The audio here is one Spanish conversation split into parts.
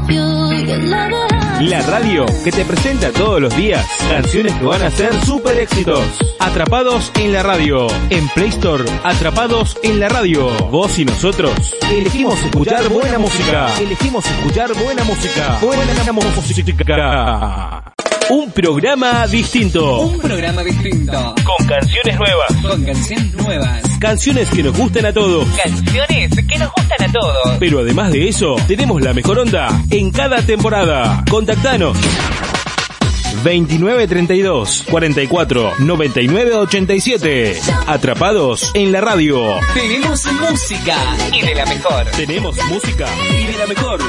La radio que te presenta todos los días canciones que van a ser super éxitos. Atrapados en la radio. En Play Store, Atrapados en la radio. Vos y nosotros elegimos escuchar buena música. Elegimos escuchar buena música. Buena música. Un programa distinto. Un programa distinto. Con canciones nuevas. Con canciones nuevas. Canciones que nos gustan a todos. Canciones que nos gustan a todos. Pero además de eso, tenemos la mejor onda en cada temporada. Contactanos. 2932 44 99 87. Atrapados en la radio. Tenemos música y de la mejor. Tenemos música y de la mejor.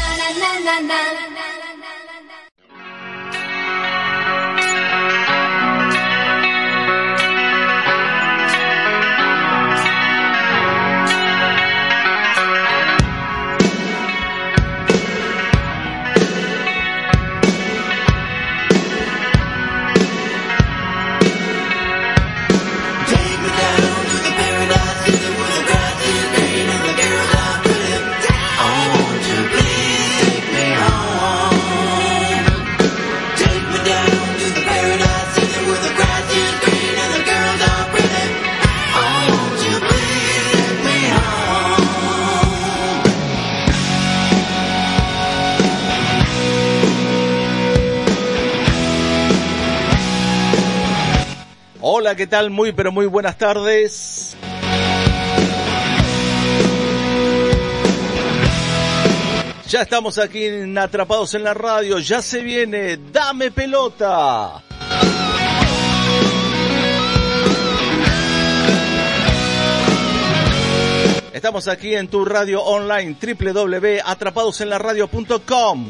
Hola, ¿qué tal? Muy, pero muy buenas tardes. Ya estamos aquí en Atrapados en la radio. Ya se viene Dame Pelota. Estamos aquí en tu radio online, www.atrapadosenlaradio.com.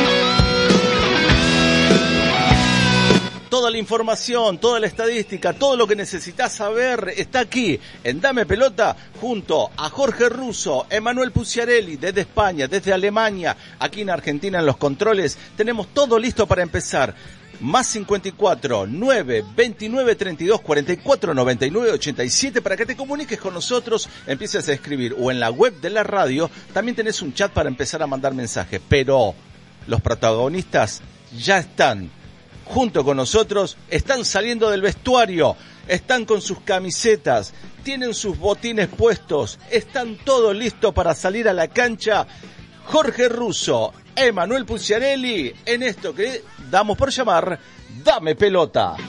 Toda la información, toda la estadística, todo lo que necesitas saber está aquí en Dame Pelota junto a Jorge Russo, Emanuel Puciarelli desde España, desde Alemania, aquí en Argentina en los controles. Tenemos todo listo para empezar. Más 54 9 29 32 44 99 87 para que te comuniques con nosotros, empieces a escribir o en la web de la radio. También tenés un chat para empezar a mandar mensajes, pero los protagonistas ya están junto con nosotros, están saliendo del vestuario, están con sus camisetas, tienen sus botines puestos, están todos listos para salir a la cancha. Jorge Russo, Emanuel Puciarelli, en esto que damos por llamar Dame Pelota.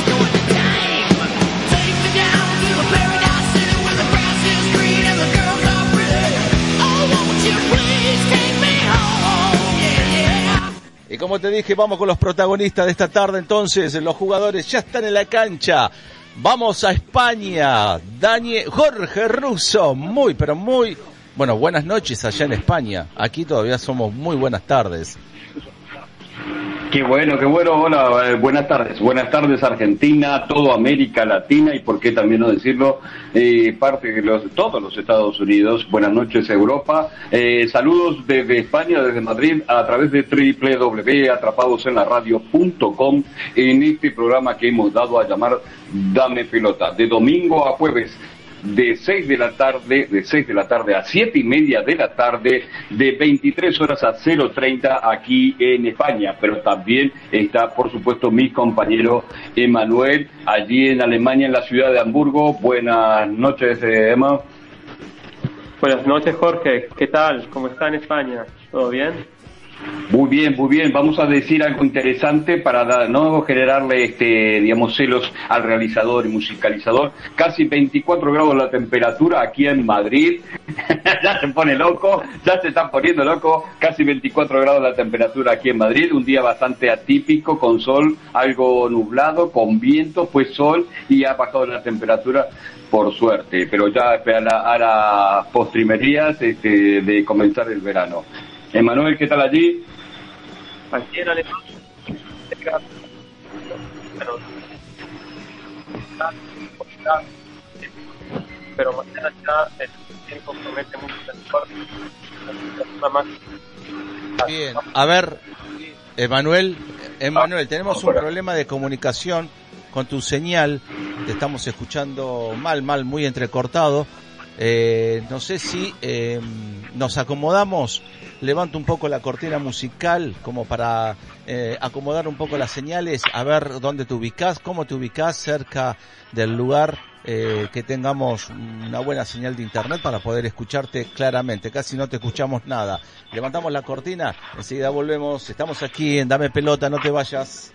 Y como te dije, vamos con los protagonistas de esta tarde entonces. Los jugadores ya están en la cancha. Vamos a España. Jorge Russo, muy, pero muy... Bueno, buenas noches allá en España. Aquí todavía somos muy buenas tardes. Qué bueno, hola, buenas tardes Argentina, toda América Latina y por qué también no decirlo, parte de todos los Estados Unidos, buenas noches Europa, saludos desde España, desde Madrid, a través de www.atrapadosenlaradio.com en este programa que hemos dado a llamar Dame Pelota, de domingo a jueves. De 6 de la tarde a 7:30 de la tarde, de 23 horas a 0:30 aquí en España, pero también está, por supuesto, mi compañero Emanuel, allí en Alemania, en la ciudad de Hamburgo. Buenas noches, Emma. Buenas noches, Jorge. ¿Qué tal? ¿Cómo está en España? ¿Todo bien? Muy bien. Vamos a decir algo interesante para no generarle, celos al realizador y musicalizador. Casi 24 grados la temperatura aquí en Madrid. Ya se pone loco, ya se está poniendo loco. Casi 24 grados la temperatura aquí en Madrid. Un día bastante atípico, con sol, algo nublado, con viento, pues sol, y ha bajado la temperatura por suerte. Pero ya a las postrimerías de comenzar el verano. Emanuel, ¿qué tal allí? Aquí en Alemania, pero mañana ya el tiempo promete mucho mejor. Bien, a ver, Emanuel, tenemos un problema de comunicación con tu señal, te estamos escuchando mal, muy entrecortado. No sé si nos acomodamos, levanto un poco la cortina musical como para acomodar un poco las señales, a ver dónde te ubicás, cómo te ubicás cerca del lugar, que tengamos una buena señal de internet para poder escucharte claramente. Casi no te escuchamos nada. Levantamos la cortina, enseguida volvemos. Estamos aquí en Dame Pelota, no te vayas.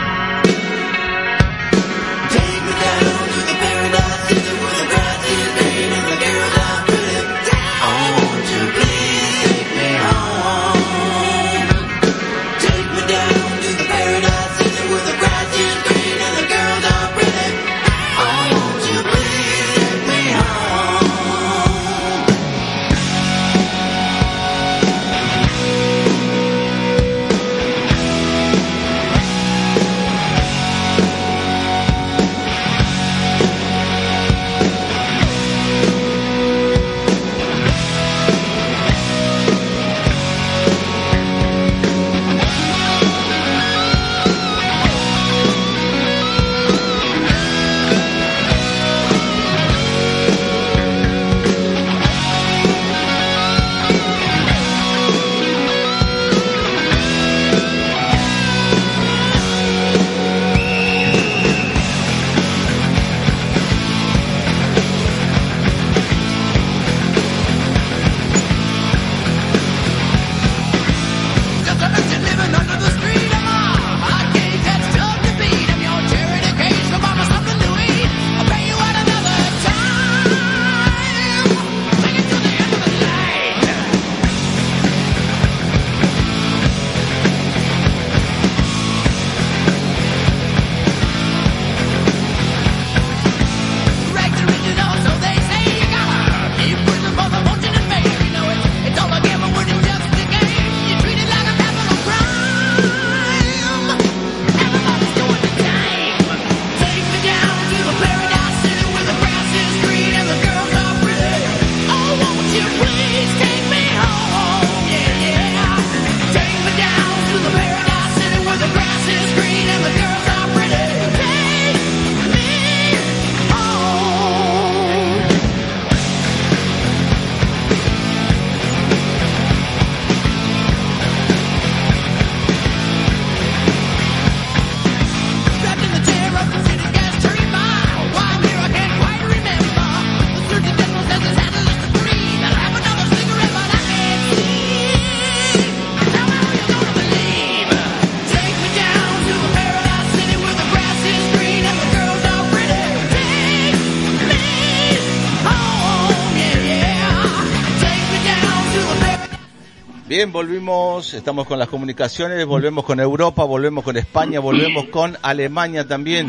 Bien, volvimos, estamos con las comunicaciones, volvemos con Europa, volvemos con España, volvemos con Alemania también.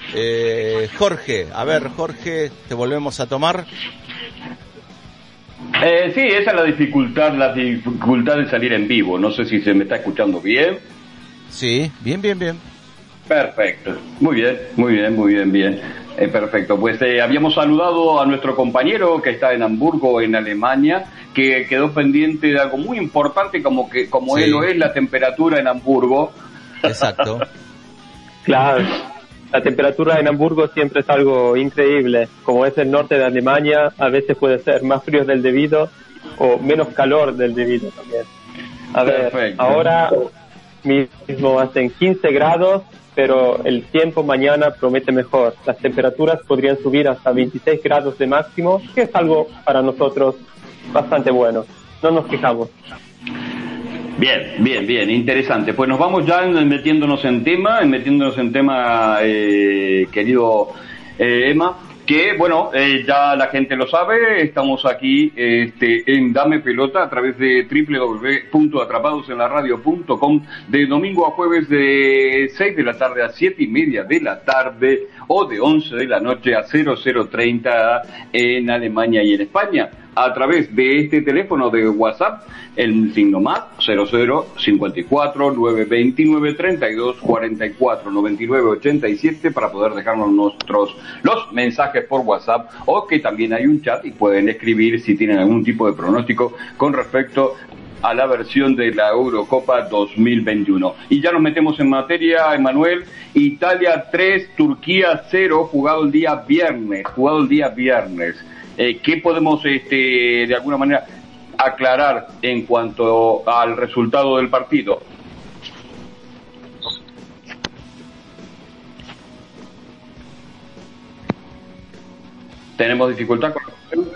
Jorge, a ver, Jorge, ¿te volvemos a tomar? Sí, esa es la dificultad de salir en vivo. No sé si se me está escuchando bien. Sí, bien. Perfecto, muy bien. Perfecto, pues habíamos saludado a nuestro compañero que está en Hamburgo, en Alemania, que quedó pendiente de algo muy importante como Sí. él lo es, la temperatura en Hamburgo. Exacto. Claro, la temperatura en Hamburgo siempre es algo increíble. Como es el norte de Alemania, a veces puede ser más frío del debido o menos calor del debido también. A ver, Perfecto. ahora mismo hacen 15 grados, pero el tiempo mañana promete mejor. Las temperaturas podrían subir hasta 26 grados de máximo, que es algo para nosotros bastante bueno. No nos quejamos. Bien, interesante. Pues nos vamos ya metiéndonos en tema, querido Emma, que bueno, ya la gente lo sabe, estamos aquí en Dame Pelota a través de www.atrapadosenlaradio.com de domingo a jueves de 6 de la tarde a 7:30 de la tarde o de 11 de la noche a 00:30 en Alemania y en España. A través de este teléfono de WhatsApp, el signo más 00 54 929 32 44 99 87 para poder dejarnos los mensajes por WhatsApp, o que también hay un chat y pueden escribir si tienen algún tipo de pronóstico con respecto a la versión de la Eurocopa 2021. Y ya nos metemos en materia, Emanuel. Italia 3, Turquía 0, jugado el día viernes. ¿Qué podemos, de alguna manera, aclarar en cuanto al resultado del partido? ¿Tenemos dificultad con la...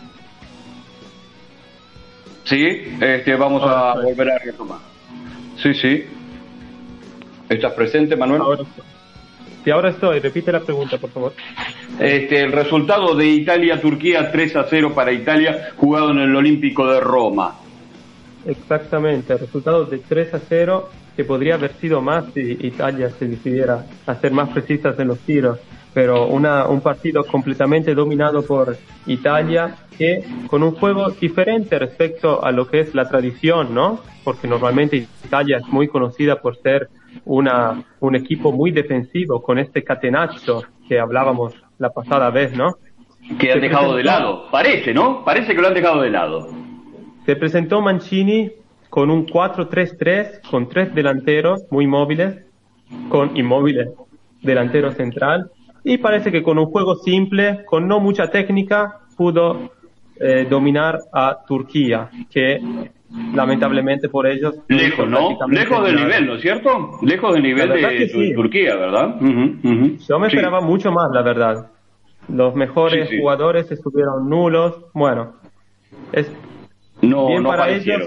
Sí, vamos a volver a retomar. Sí. ¿Estás presente, Manuel? Ahora estoy. Repite la pregunta, por favor. El resultado de Italia-Turquía 3-0 para Italia, jugado en el Olímpico de Roma. Exactamente, el resultado de 3-0, que podría haber sido más si Italia se decidiera a ser más precisas en los tiros, pero un partido completamente dominado por Italia, que con un juego diferente respecto a lo que es la tradición, ¿no? Porque normalmente Italia es muy conocida por ser un equipo muy defensivo, con este catenaccio que hablábamos la pasada vez, ¿no? Que han dejado de lado, parece, ¿no? Parece que lo han dejado de lado. Se presentó Mancini con un 4-3-3, con 3 delanteros muy móviles, con Immobile delantero central, y parece que con un juego simple, con no mucha técnica, pudo dominar a Turquía, que lamentablemente por ellos... Lejos, ¿no? Lejos del nivel, ¿no es cierto? Lejos del nivel de sí. Turquía, ¿verdad? Yo me esperaba mucho más, la verdad. Los mejores jugadores estuvieron nulos. Bueno, es bien para ellos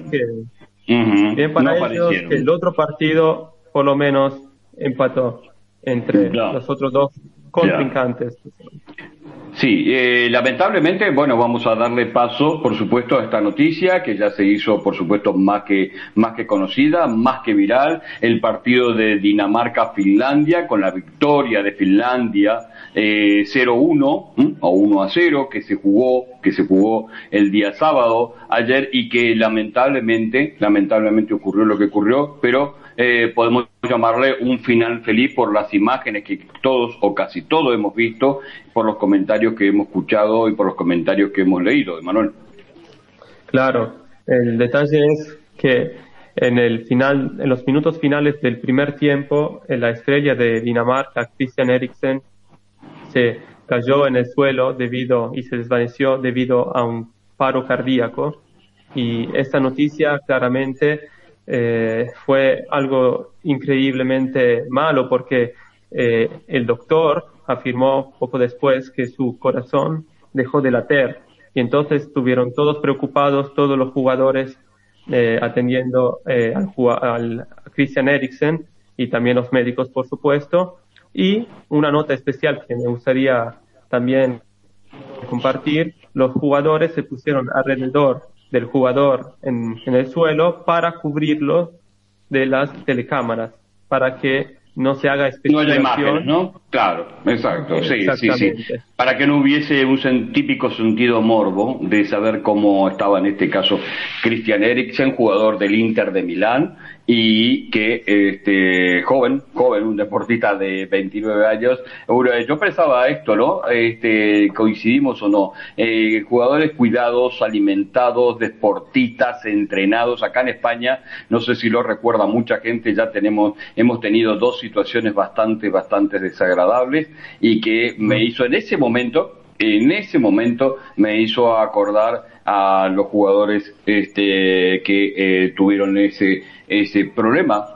que el otro partido por lo menos empató entre los otros dos contrincantes. Sí, lamentablemente, bueno, vamos a darle paso, por supuesto, a esta noticia que ya se hizo, por supuesto, más que conocida, más que viral, el partido de Dinamarca-Finlandia, con la victoria de Finlandia 0-1 o 1-0 que se jugó el día sábado ayer, y que lamentablemente ocurrió lo que ocurrió, pero podemos llamarle un final feliz por las imágenes que todos o casi todos hemos visto, por los comentarios que hemos escuchado y por los comentarios que hemos leído, Emanuel. Claro, el detalle es que en los minutos finales del primer tiempo, la estrella de Dinamarca, Christian Eriksen, se cayó en el suelo y se desvaneció debido a un paro cardíaco, y esta noticia claramente fue algo increíblemente malo, porque el doctor afirmó poco después que su corazón dejó de latir, y entonces estuvieron todos preocupados, todos los jugadores atendiendo al Christian Eriksen, y también los médicos, por supuesto. Y una nota especial que me gustaría también compartir: los jugadores se pusieron alrededor del jugador en el suelo para cubrirlo de las telecámaras, para que no se haga especulación. No haya imágenes, ¿no? Claro, exacto, sí. Para que no hubiese un típico sentido morbo de saber cómo estaba en este caso Christian Eriksen, jugador del Inter de Milán, y que joven, un deportista de 29 años. Yo pensaba esto, ¿no? Coincidimos o no, jugadores cuidados, alimentados, deportistas, entrenados. Acá en España, no sé si lo recuerda mucha gente, ya hemos tenido 2 situaciones bastante desagradables, y que me hizo en ese momento me hizo acordar a los jugadores que tuvieron ese problema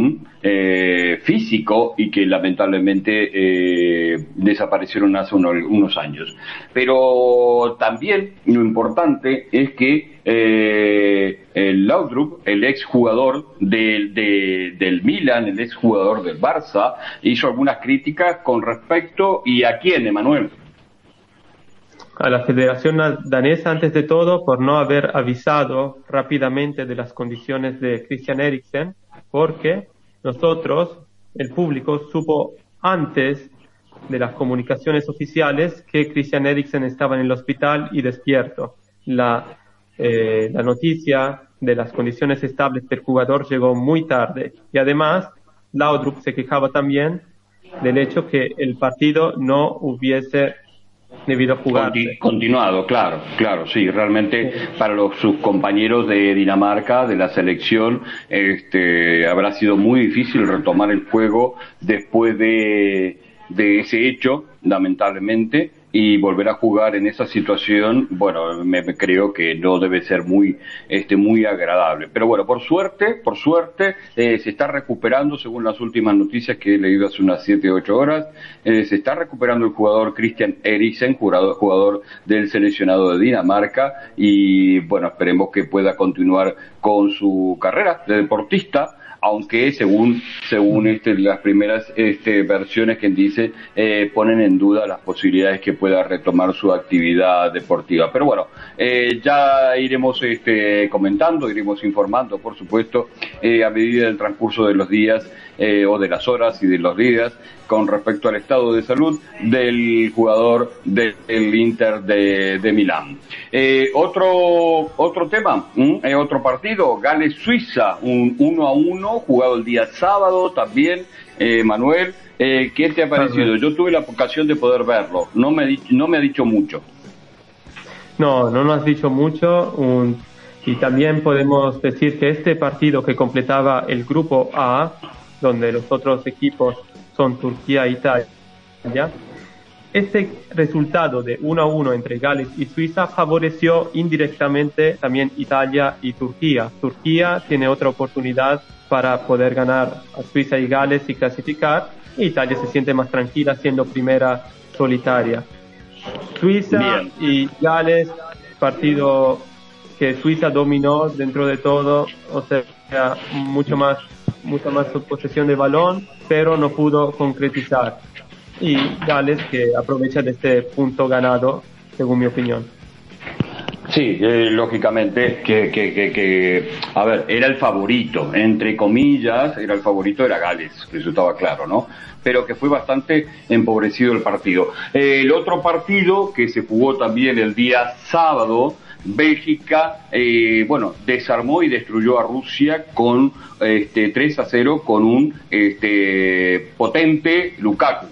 físico, y que lamentablemente desaparecieron hace unos años. Pero también lo importante es que el Laudrup, el exjugador del Milan, el exjugador del Barça, hizo algunas críticas con respecto, ¿y a quién, Emanuel? A la Federación Danesa, antes de todo, por no haber avisado rápidamente de las condiciones de Christian Eriksen, porque nosotros, el público, supo antes de las comunicaciones oficiales que Christian Eriksen estaba en el hospital y despierto. La noticia de las condiciones estables del jugador llegó muy tarde, y además Laudrup se quejaba también del hecho que el partido no hubiese debido jugarse. Continuado, claro, sí, realmente para sus compañeros de Dinamarca, de la selección, habrá sido muy difícil retomar el juego después de ese hecho, lamentablemente, y volver a jugar en esa situación, bueno, me creo que no debe ser muy agradable. Pero bueno, por suerte, se está recuperando, según las últimas noticias que he leído hace unas 7-8 horas, se está recuperando el jugador Christian Eriksen, jugador del seleccionado de Dinamarca, y bueno, esperemos que pueda continuar con su carrera de deportista, aunque según las primeras versiones que dice ponen en duda las posibilidades que pueda retomar su actividad deportiva. Pero bueno, ya iremos comentando, iremos informando, por supuesto, a medida del transcurso de los días o de las horas y de los días con respecto al estado de salud del jugador del Inter de Milán. Otro tema, otro partido, Gales-Suiza, un 1-1, jugado el día sábado también. Manuel, ¿qué te ha parecido? Yo tuve la ocasión de poder verlo, no me ha dicho mucho. No nos has dicho mucho, y también podemos decir que este partido que completaba el grupo A, donde los otros equipos son Turquía e Italia, este resultado de 1-1 entre Gales y Suiza favoreció indirectamente también Italia y Turquía. Turquía tiene otra oportunidad para poder ganar a Suiza y Gales y clasificar, y Italia se siente más tranquila siendo primera solitaria. Suiza Bien. Y Gales, partido que Suiza dominó dentro de todo, o sea, mucha más posesión de balón, pero no pudo concretizar. Y Gales que aprovecha de este punto ganado, según mi opinión. Sí, lógicamente que a ver, era el favorito, entre comillas, era Gales, eso estaba claro, ¿no? Pero que fue bastante empobrecido el partido. El otro partido que se jugó también el día sábado, Bélgica, desarmó y destruyó a Rusia con 3-0 con un potente Lukaku.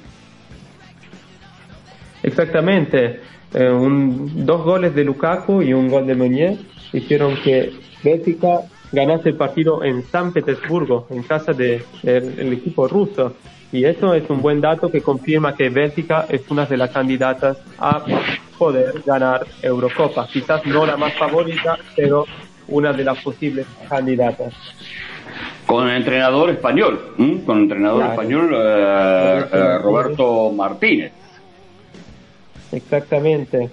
Exactamente, 2 goles de Lukaku y un gol de Meunier hicieron que Bélgica ganase el partido en San Petersburgo, en casa del equipo ruso. Y eso es un buen dato que confirma que Bélgica es una de las candidatas a poder ganar Eurocopa. Quizás no la más favorita, pero una de las posibles candidatas. Con entrenador español, Roberto Martínez. Exactamente.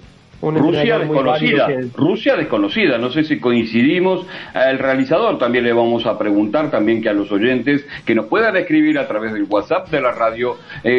Rusia desconocida, no sé si coincidimos. Al realizador también le vamos a preguntar, también que a los oyentes que nos puedan escribir a través del WhatsApp de la radio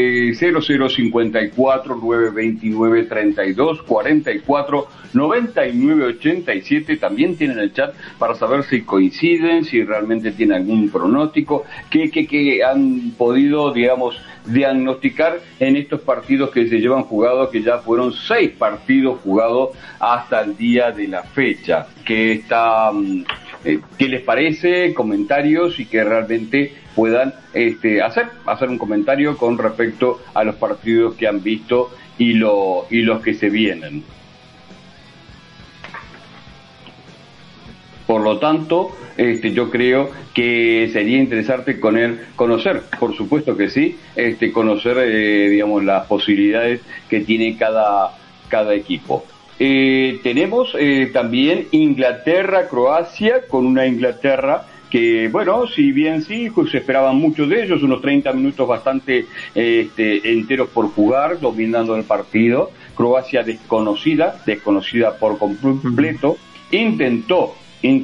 0054 929 32 44 99 87. También tienen el chat para saber si coinciden, si realmente tienen algún pronóstico, que han podido, digamos, diagnosticar en estos partidos que se llevan jugados, que ya fueron 6 partidos jugados hasta el día de la fecha. ¿Qué les parece? Comentarios, y que realmente puedan hacer un comentario con respecto a los partidos que han visto y los que se vienen. Por lo tanto, yo creo que sería interesante conocer, por supuesto que sí, conocer, digamos, las posibilidades que tiene cada equipo. Tenemos también Inglaterra-Croacia, con una Inglaterra que, bueno, si bien sí, se esperaban mucho de ellos, unos 30 minutos bastante enteros por jugar, dominando el partido. Croacia desconocida por completo, intentó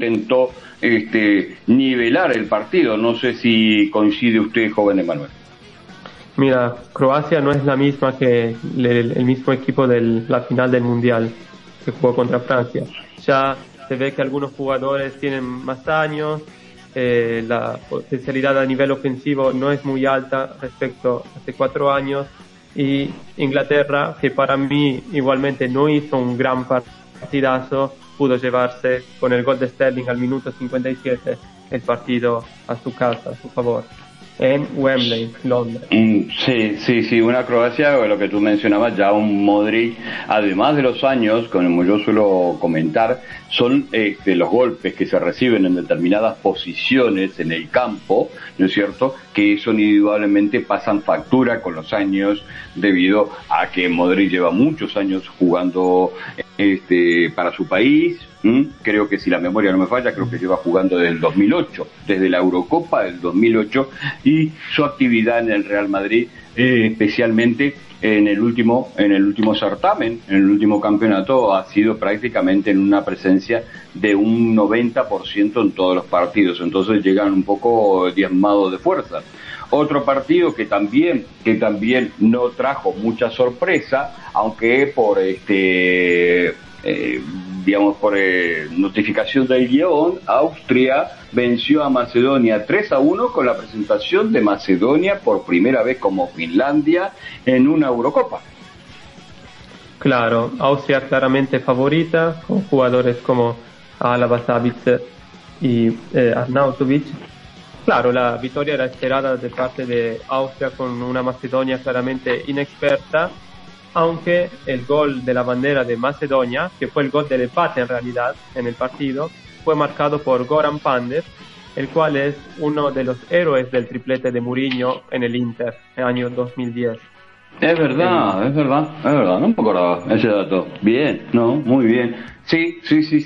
nivelar el partido. No sé si coincide usted, joven Emanuel. Mira, Croacia no es la misma que el mismo equipo de la final del Mundial que jugó contra Francia. Ya se ve que algunos jugadores tienen más años, la potencialidad a nivel ofensivo no es muy alta respecto a hace 4 años, y Inglaterra, que para mí igualmente no hizo un gran partidazo, pudo llevarse con el gol de Sterling al minuto 57 el partido a su casa, a su favor. en Wembley, Londres. Sí, una Croacia, lo que tú mencionabas, ya un Modric, además de los años, como yo suelo comentar, son los golpes que se reciben en determinadas posiciones en el campo, ¿no es cierto?, que eso indudablemente pasan factura con los años, debido a que Modric lleva muchos años jugando para su país. Creo que, si la memoria no me falla, creo que lleva jugando desde el 2008, desde la Eurocopa del 2008, y su actividad en el Real Madrid, especialmente en el último certamen, en el último campeonato, ha sido prácticamente en una presencia de un 90% en todos los partidos. Entonces llegan un poco diezmados de fuerza. Otro partido que también no trajo mucha sorpresa, aunque por notificación del guión, Austria venció a Macedonia 3-1 con la presentación de Macedonia por primera vez como Finlandia en una Eurocopa. Claro, Austria claramente favorita, con jugadores como Alaba, Savic y Arnautovic. Claro, la victoria era esperada de parte de Austria, con una Macedonia claramente inexperta, aunque el gol de la bandera de Macedonia, que fue el gol del empate en realidad en el partido, fue marcado por Goran Pandev, el cual es uno de los héroes del triplete de Mourinho en el Inter, en el año 2010. Es verdad, no me acordaba ese dato. Bien, no, muy bien. Sí.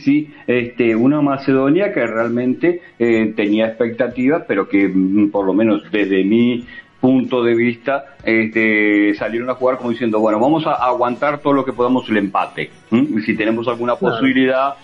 Una Macedonia que realmente tenía expectativas, pero que por lo menos desde mi punto de vista, salieron a jugar como diciendo, bueno, vamos a aguantar todo lo que podamos el empate. Si tenemos alguna posibilidad,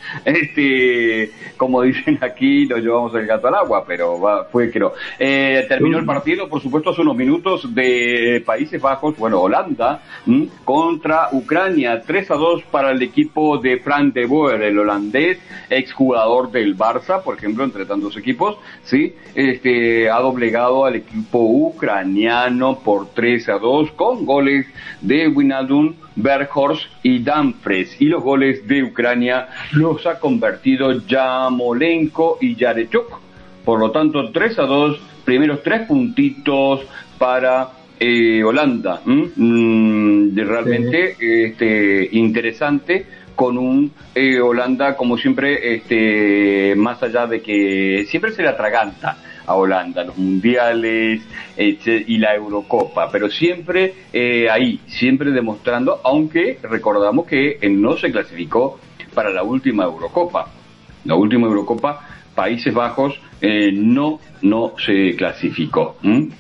como dicen aquí, lo llevamos el gato al agua, pero terminó el partido, por supuesto, hace unos minutos, de Países Bajos, Holanda, contra Ucrania, 3-2 para el equipo de Frank de Boer, el holandés, exjugador del Barça, por ejemplo, entre tantos equipos, sí, ha doblegado al equipo ucraniano por 3-2 con goles de Wijnaldum, Berghorst y Dumfries, y los goles de Ucrania los ha convertido Yarmolenko y Yarechuk. Por lo tanto, 3-2, primeros 3 puntitos para Holanda. Realmente interesante, con un Holanda, como siempre, más allá de que siempre se le atraganta a Holanda los mundiales y la Eurocopa, pero siempre ahí, siempre demostrando, aunque recordamos que no se clasificó para la última Eurocopa. La última Eurocopa, Países Bajos no se clasificó.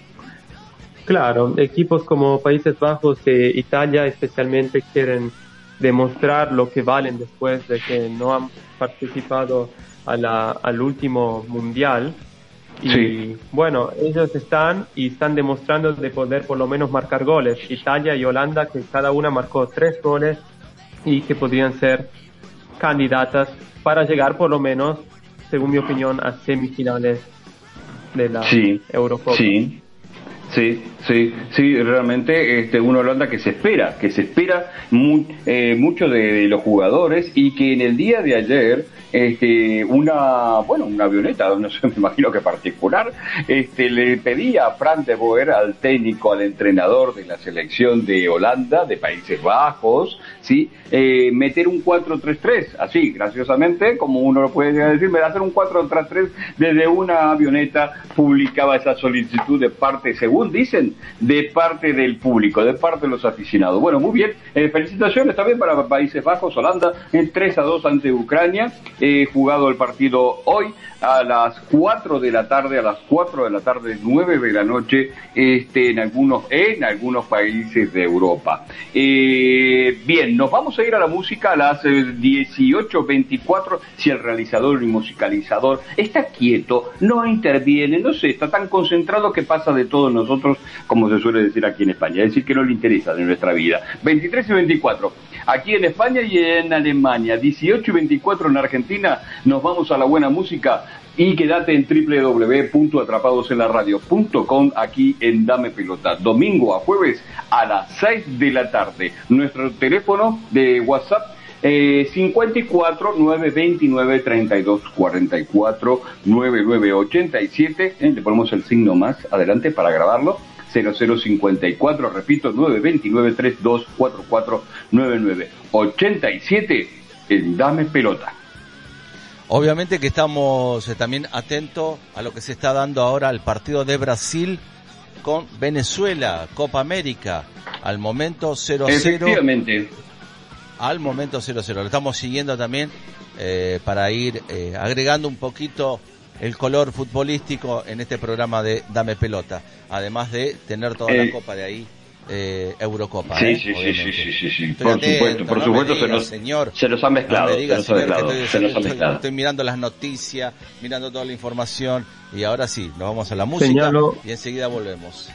Claro, equipos como Países Bajos e Italia especialmente quieren demostrar lo que valen después de que no han participado al último mundial. Y sí, bueno, ellos están demostrando de poder por lo menos marcar goles. Italia y Holanda, que cada una marcó 3 goles y que podrían ser candidatas para llegar por lo menos, según mi opinión, a semifinales de la Eurocopa. Sí, realmente una Holanda que se espera mucho de los jugadores, y que en el día de ayer una avioneta, no sé, me imagino que particular, le pedía a Frank de Boer, al técnico, al entrenador de la selección de Holanda, de Países Bajos, sí, meter un 4-3-3, así, graciosamente, como uno lo puede decir, hacer un 4-3-3 desde una avioneta. Publicaba esa solicitud de parte, según dicen, de parte del público, de parte de los aficionados. Bueno, muy bien, felicitaciones también para Países Bajos. Holanda en 3-2 ante Ucrania. Jugado el partido hoy a las 4 de la tarde, 9 de la noche, en algunos países de Europa. Bien, nos vamos a ir a la música a las 18:24. Si el realizador y musicalizador está quieto, no interviene, no sé, está tan concentrado que pasa de todos nosotros, como se suele decir aquí en España, es decir, que no le interesa de nuestra vida. 23 y 24, aquí en España y en Alemania, 18 y 24 en Argentina. Nos vamos a la buena música y quédate en www.atrapadosenlaradio.com, aquí en Dame Pelota, domingo a jueves a las 6 de la tarde. Nuestro teléfono de WhatsApp 54 929 32 44 9987, le ponemos el signo más adelante para grabarlo, 0054, repito, 929 32 44 9987, el Dame Pelota. Obviamente que estamos también atentos a lo que se está dando ahora al partido de Brasil con Venezuela, Copa América, al momento 0-0. Efectivamente. Al momento 0-0. Lo estamos siguiendo también para ir agregando un poquito el color futbolístico en este programa de Dame Pelota. Además de tener toda la copa de ahí, Eurocopa. Sí. Por supuesto, se los han mezclado. Estoy mirando las noticias, mirando toda la información y ahora sí, nos vamos a la música y enseguida volvemos.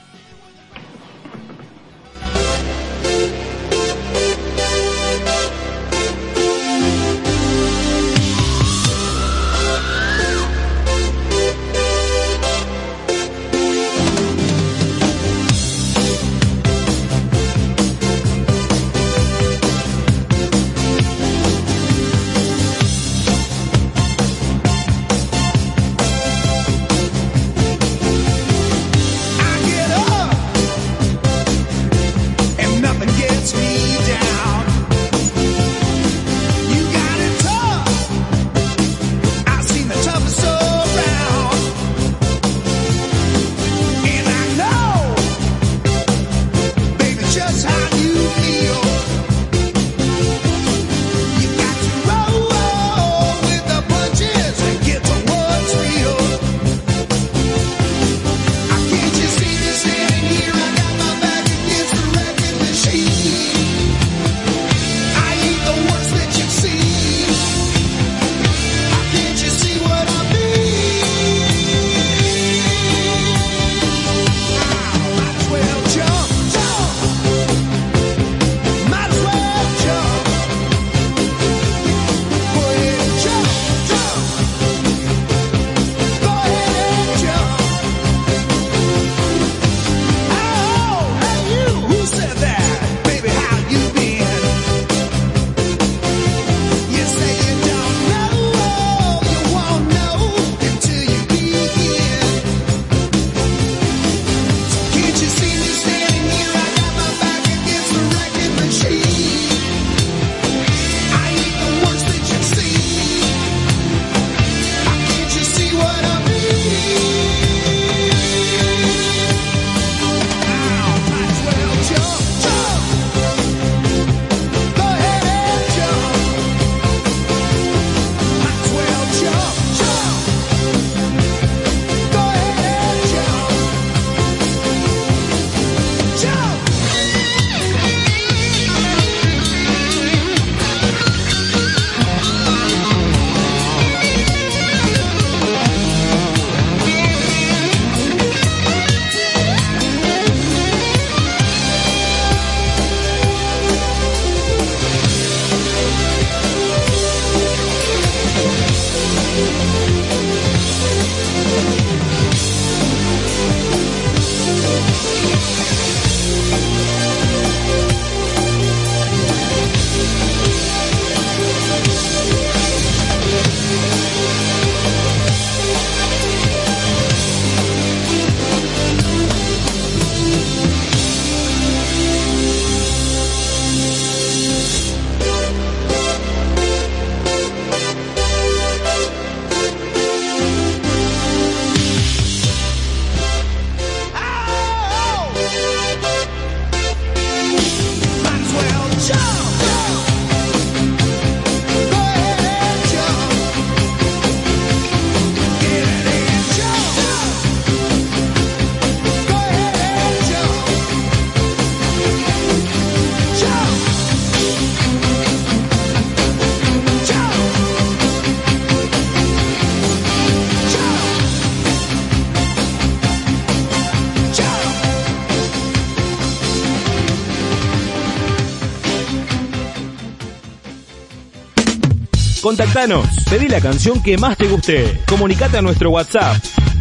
Contactanos, pedí la canción que más te guste. Comunicate a nuestro WhatsApp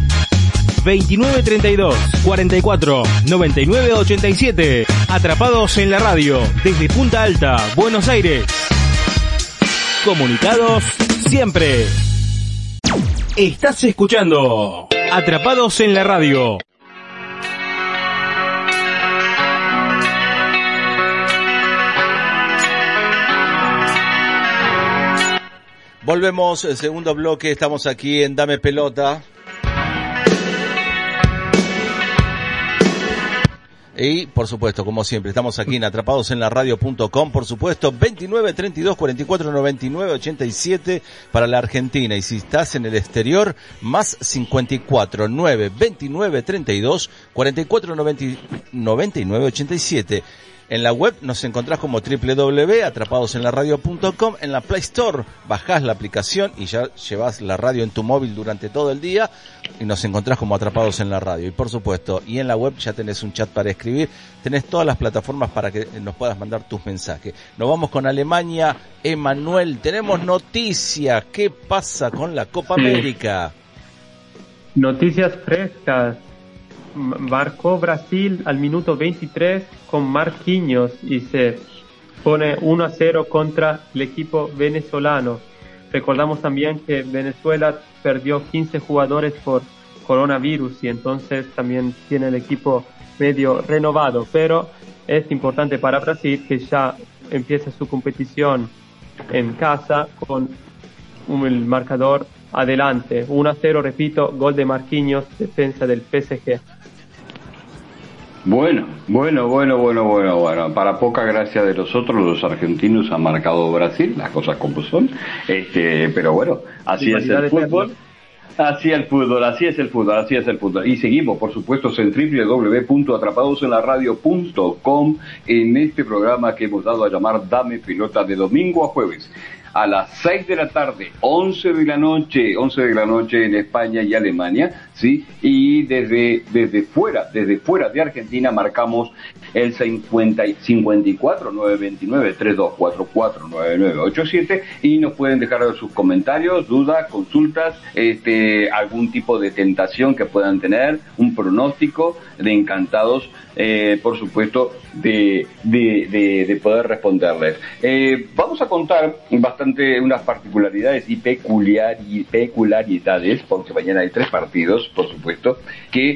2932 44 99 87. Atrapados en la radio, desde Punta Alta, Buenos Aires. Comunicados siempre. Estás escuchando Atrapados en la Radio. Volvemos, el segundo bloque, estamos aquí en Dame Pelota. Y, por supuesto, como siempre, estamos aquí en atrapadosenlaradio.com, por supuesto, 29 32 44 99 87 para la Argentina. Y si estás en el exterior, más 54 9 29 32 44 99 87. En la web nos encontrás como www.atrapadosenlaradio.com. En la Play Store bajás la aplicación y ya llevas la radio en tu móvil durante todo el día y nos encontrás como Atrapados en la Radio. Y por supuesto, y en la web ya tenés un chat para escribir, tenés todas las plataformas para que nos puedas mandar tus mensajes. Nos vamos con Alemania. Emanuel, tenemos noticias. ¿Qué pasa con la Copa América? Noticias frescas. Marcó Brasil al minuto 23 con Marquinhos y se pone 1-0 contra el equipo venezolano. Recordamos también que Venezuela perdió 15 jugadores por coronavirus y entonces también tiene el equipo medio renovado, pero es importante para Brasil que ya empiece su competición en casa con el marcador adelante. 1-0, repito, gol de Marquinhos, defensa del PSG. Bueno. Para poca gracia de nosotros, los argentinos han marcado Brasil, las cosas como son. Pero bueno, así es el fútbol. Así es el fútbol. Y seguimos, por supuesto, en www.atrapadosenlaradio.com en este programa que hemos dado a llamar Dame Pelota, de domingo a jueves. A las 6 de la tarde, 11 de la noche en España y Alemania, ¿sí? Y desde fuera de Argentina marcamos el 54 929 3244 9987 y nos pueden dejar sus comentarios, dudas, consultas, algún tipo de tentación que puedan tener, un pronóstico, de encantados, por supuesto, de poder responderles. Vamos a contar unas particularidades y peculiaridades, porque mañana hay 3 partidos, por supuesto, que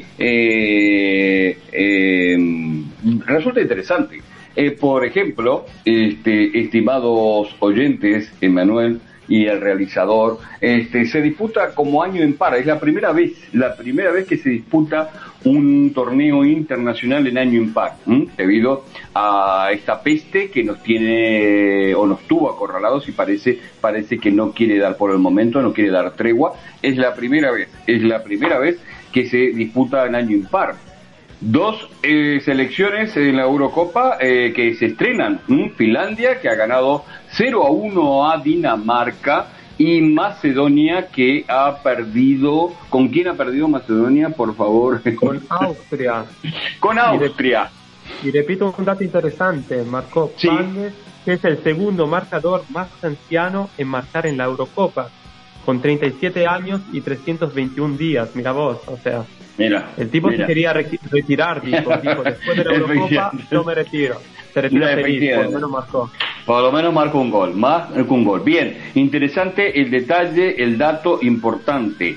resulta interesante. Por ejemplo, estimados oyentes, Emanuel y el realizador, se disputa como año impar. Es la primera vez que se disputa un torneo internacional en año impar, debido a esta peste que nos tiene o nos tuvo acorralados y parece que no quiere dar por el momento, no quiere dar tregua. Es la primera vez que se disputa en año impar. 2 selecciones en la Eurocopa que se estrenan. Finlandia, que ha ganado 0-1 a Dinamarca, y Macedonia, que ha perdido... ¿Con quién ha perdido Macedonia, por favor? Con Austria. Con Austria. Y repito un dato interesante, marcó Pandes, que es el segundo marcador más anciano en marcar en la Eurocopa, con 37 años y 321 días, mira vos, o sea... Mira, el tipo se quería retirar, dijo, después de la Eurocopa yo me retiro. Se retiró feliz, por lo menos marcó. Por lo menos marcó un gol, más que un gol. Bien, interesante el detalle, el dato importante.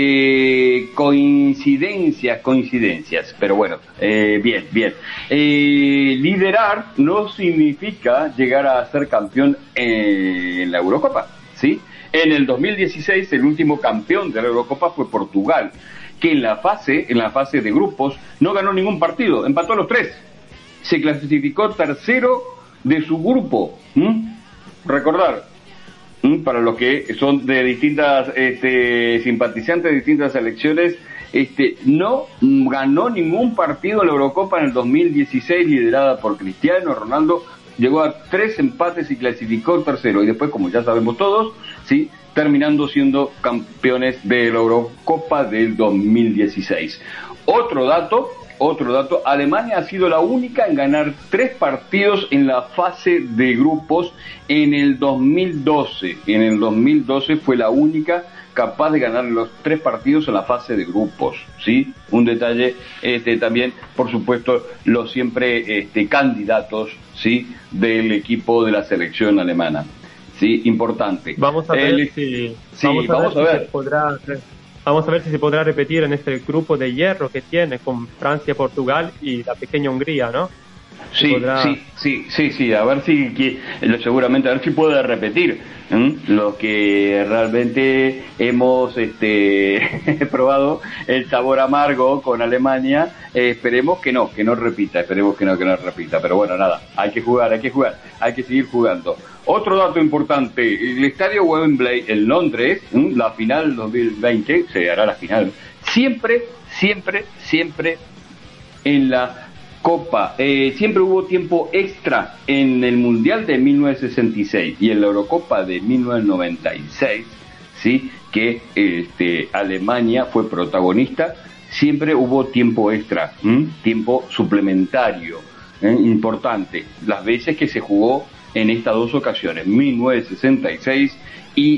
Coincidencias, pero bueno, bien. Liderar no significa llegar a ser campeón en la Eurocopa, ¿sí? En el 2016 el último campeón de la Eurocopa fue Portugal, que en la fase de grupos no ganó ningún partido, empató a los 3. Se clasificó tercero de su grupo. Recordar, para los que son de distintas simpatizantes de distintas selecciones, no ganó ningún partido en la Eurocopa en el 2016, liderada por Cristiano Ronaldo. Llegó a 3 empates y clasificó tercero. Y después, como ya sabemos todos, sí, terminando siendo campeones de la Eurocopa del 2016. Otro dato, Alemania ha sido la única en ganar 3 partidos en la fase de grupos en el 2012. En el 2012 fue la única capaz de ganar los 3 partidos en la fase de grupos, ¿sí? Un detalle, también, por supuesto, los siempre candidatos, ¿sí?, del equipo de la selección alemana. Sí, importante. Vamos a ver si se podrá repetir en este grupo de hierro que tiene con Francia, Portugal y la pequeña Hungría, ¿no? Sí, a ver seguramente a ver si puede repetir lo que realmente hemos probado el sabor amargo con Alemania. Esperemos que no repita, pero bueno, nada, hay que jugar, hay que seguir jugando. Otro dato importante, el estadio Wembley en Londres, la final 2020, se hará la final, siempre en la Copa, siempre hubo tiempo extra en el Mundial de 1966 y en la Eurocopa de 1996, ¿sí? Que Alemania fue protagonista, siempre hubo tiempo extra, tiempo suplementario, importante, las veces que se jugó en estas dos ocasiones, 1966 y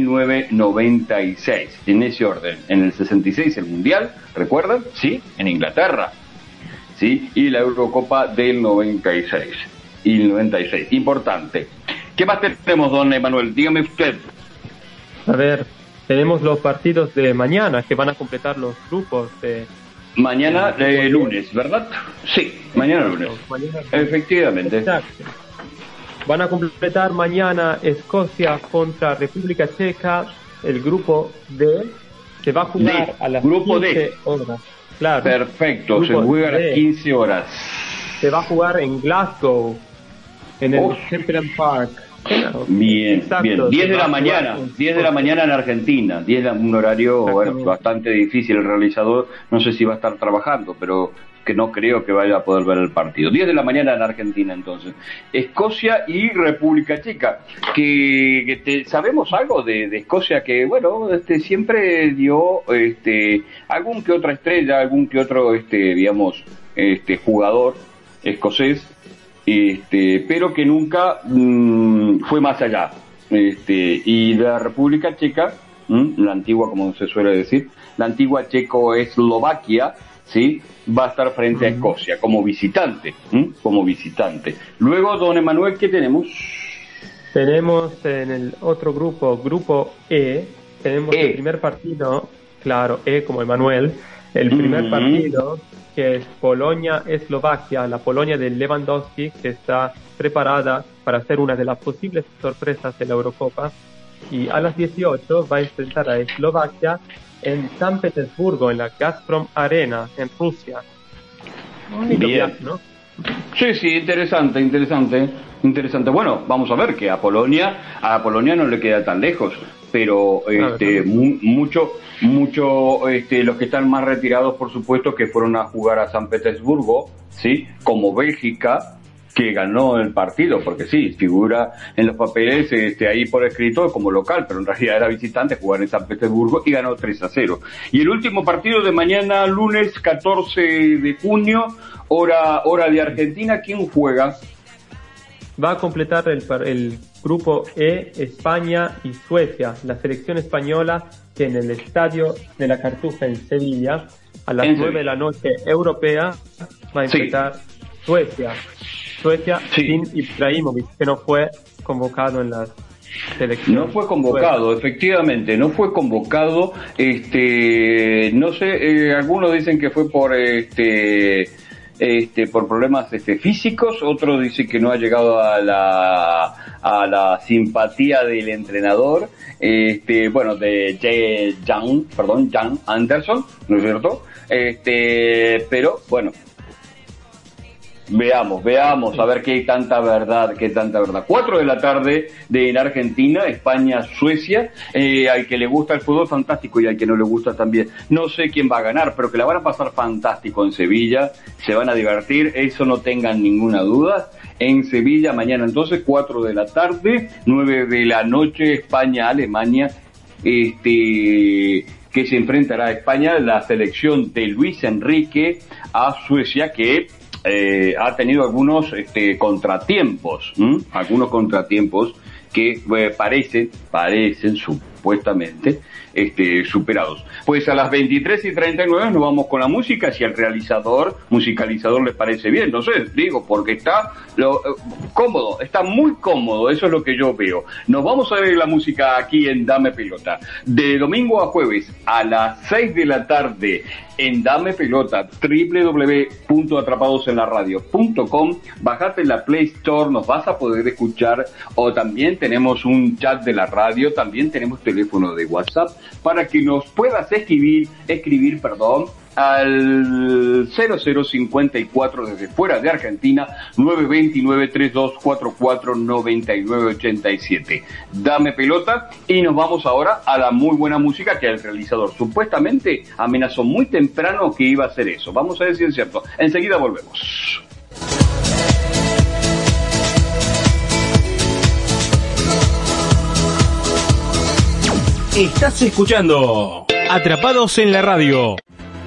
1996, en ese orden. En el 66 el Mundial, ¿recuerdan? Sí, en Inglaterra. ¿Sí? Y la Eurocopa del 96 y el 96, importante. ¿Qué más tenemos, don Emanuel? Dígame usted. A ver, tenemos los partidos de mañana que van a completar los grupos de... Mañana lunes, ¿verdad? Sí, mañana lunes. Efectivamente. Exacto. Van a completar mañana Escocia contra República Checa, el grupo D, se va a jugar a las 15 horas. Claro. Perfecto, se juega a las 15 horas. Se va a jugar en Glasgow, en el Champion Park. Claro. Bien, exacto, bien. 10 de la mañana, 10 de la mañana en Argentina. Un horario bastante difícil. El realizador no sé si va a estar trabajando, pero que no creo que vaya a poder ver el partido. 10 de la mañana en Argentina, entonces. Escocia y República Checa. ¿Sabemos algo de Escocia? Que, bueno, siempre dio algún que otra estrella, algún que otro, jugador escocés, pero que nunca fue más allá. Y la República Checa, la antigua, como se suele decir, la antigua Checoslovaquia, ¿sí? Va a estar frente a Escocia como visitante, Luego, don Emanuel, ¿qué tenemos? Tenemos en el otro grupo E, tenemos el primer partido, claro, E como Emanuel, el primer partido que es Polonia-Eslovaquia, la Polonia de Lewandowski, que está preparada para ser una de las posibles sorpresas de la Eurocopa, y a las 18 va a enfrentar a Eslovaquia en San Petersburgo, en la Gazprom Arena, en Rusia. Bien, ¿no? Sí, interesante. Bueno, vamos a ver que a Polonia no le queda tan lejos, pero mucho los que están más retirados, por supuesto, que fueron a jugar a San Petersburgo, ¿sí? Como Bélgica, que ganó el partido, porque sí, figura en los papeles ahí por escrito como local, pero en realidad era visitante, jugar en San Petersburgo y ganó 3-0. Y el último partido de mañana, lunes 14 de junio, hora de Argentina, ¿quién juega? Va a completar el grupo E, España y Suecia. La selección española, que en el estadio de la Cartuja en Sevilla, a las 9 de la noche europea, va a enfrentar Suecia sin Ibrahimovic, que no fue convocado en las selecciones. No fue convocado, efectivamente, no fue convocado. No sé, algunos dicen que fue por por problemas físicos, otros dicen que no ha llegado a la simpatía del entrenador, de Jan Anderson, ¿no es cierto? Pero bueno, veamos a ver qué tanta verdad. 4 de la tarde en Argentina, España, Suecia. Al que le gusta el fútbol, fantástico, y al que no le gusta también. No sé quién va a ganar, pero que la van a pasar fantástico en Sevilla, se van a divertir, eso no tengan ninguna duda. En Sevilla, mañana entonces, 4 de la tarde, 9 de la noche, España, Alemania, que se enfrentará a España, la selección de Luis Enrique, a Suecia, que ha tenido algunos contratiempos que parecen, supuestamente superados. Pues a las 23:39 nos vamos con la música, si al musicalizador les parece bien, no sé, digo, porque está cómodo, está muy cómodo, eso es lo que yo veo. Nos vamos a ver la música aquí en Dame Pelota, de domingo a jueves a las 6 de la tarde en Dame Pelota, www.atrapadosenlaradio.com. Bajate la Play Store, nos vas a poder escuchar, o también tenemos un chat de la radio, también tenemos teléfono de WhatsApp para que nos puedas escribir al 0054 desde fuera de Argentina, 929-3244-9987. Dame Pelota, y nos vamos ahora a la muy buena música que el realizador supuestamente amenazó muy temprano que iba a hacer eso. Vamos a ver si es cierto. Enseguida volvemos. Estás escuchando Atrapados en la Radio.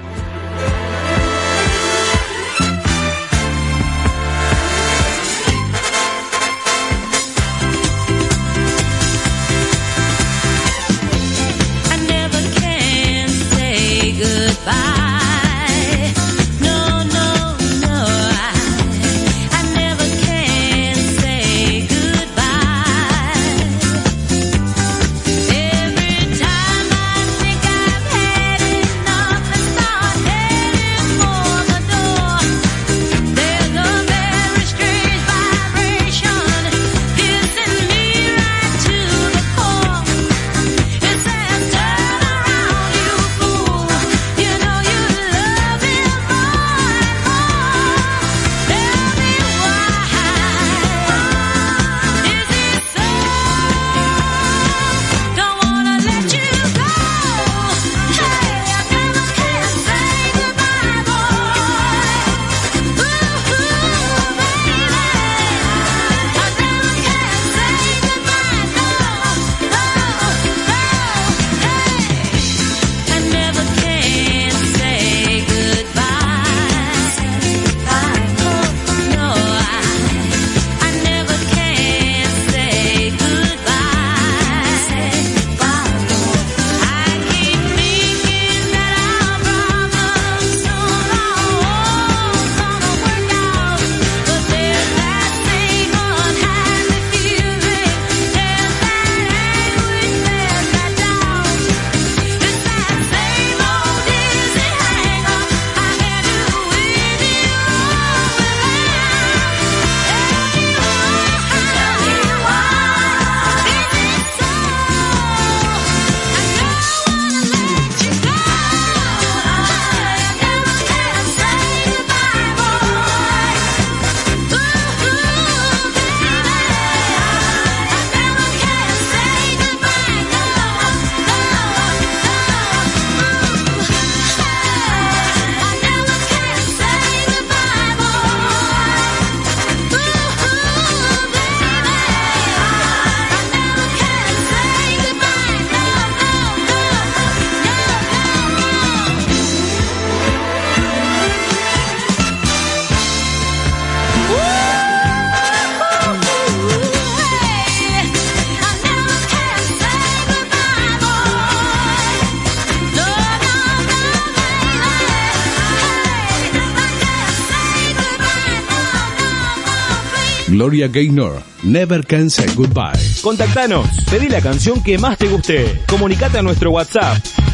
Gloria Gaynor, Never Can Say Goodbye. Contactanos, pedí la canción que más te guste. Comunicate a nuestro WhatsApp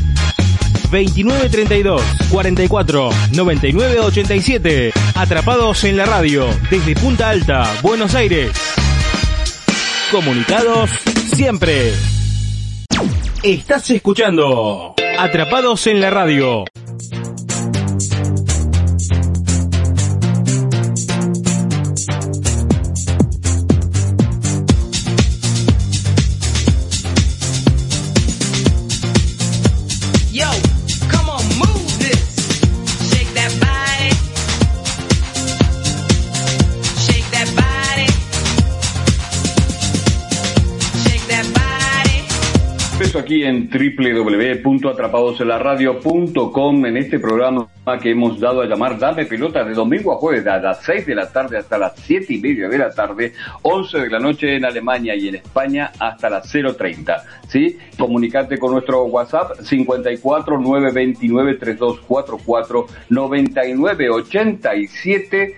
2932 44 99 87. Atrapados en la Radio, desde Punta Alta, Buenos Aires. Comunicados siempre. Estás escuchando Atrapados en la Radio. Aquí en www.atrapadosenlaradio.com en este programa que hemos dado a llamar Dame Pelota, de domingo a jueves, a las 6 de la tarde hasta las 7:30 de la tarde, 11 de la noche en Alemania y en España hasta las 0:30, ¿sí? Comunicate con nuestro WhatsApp 54 929 3244 9987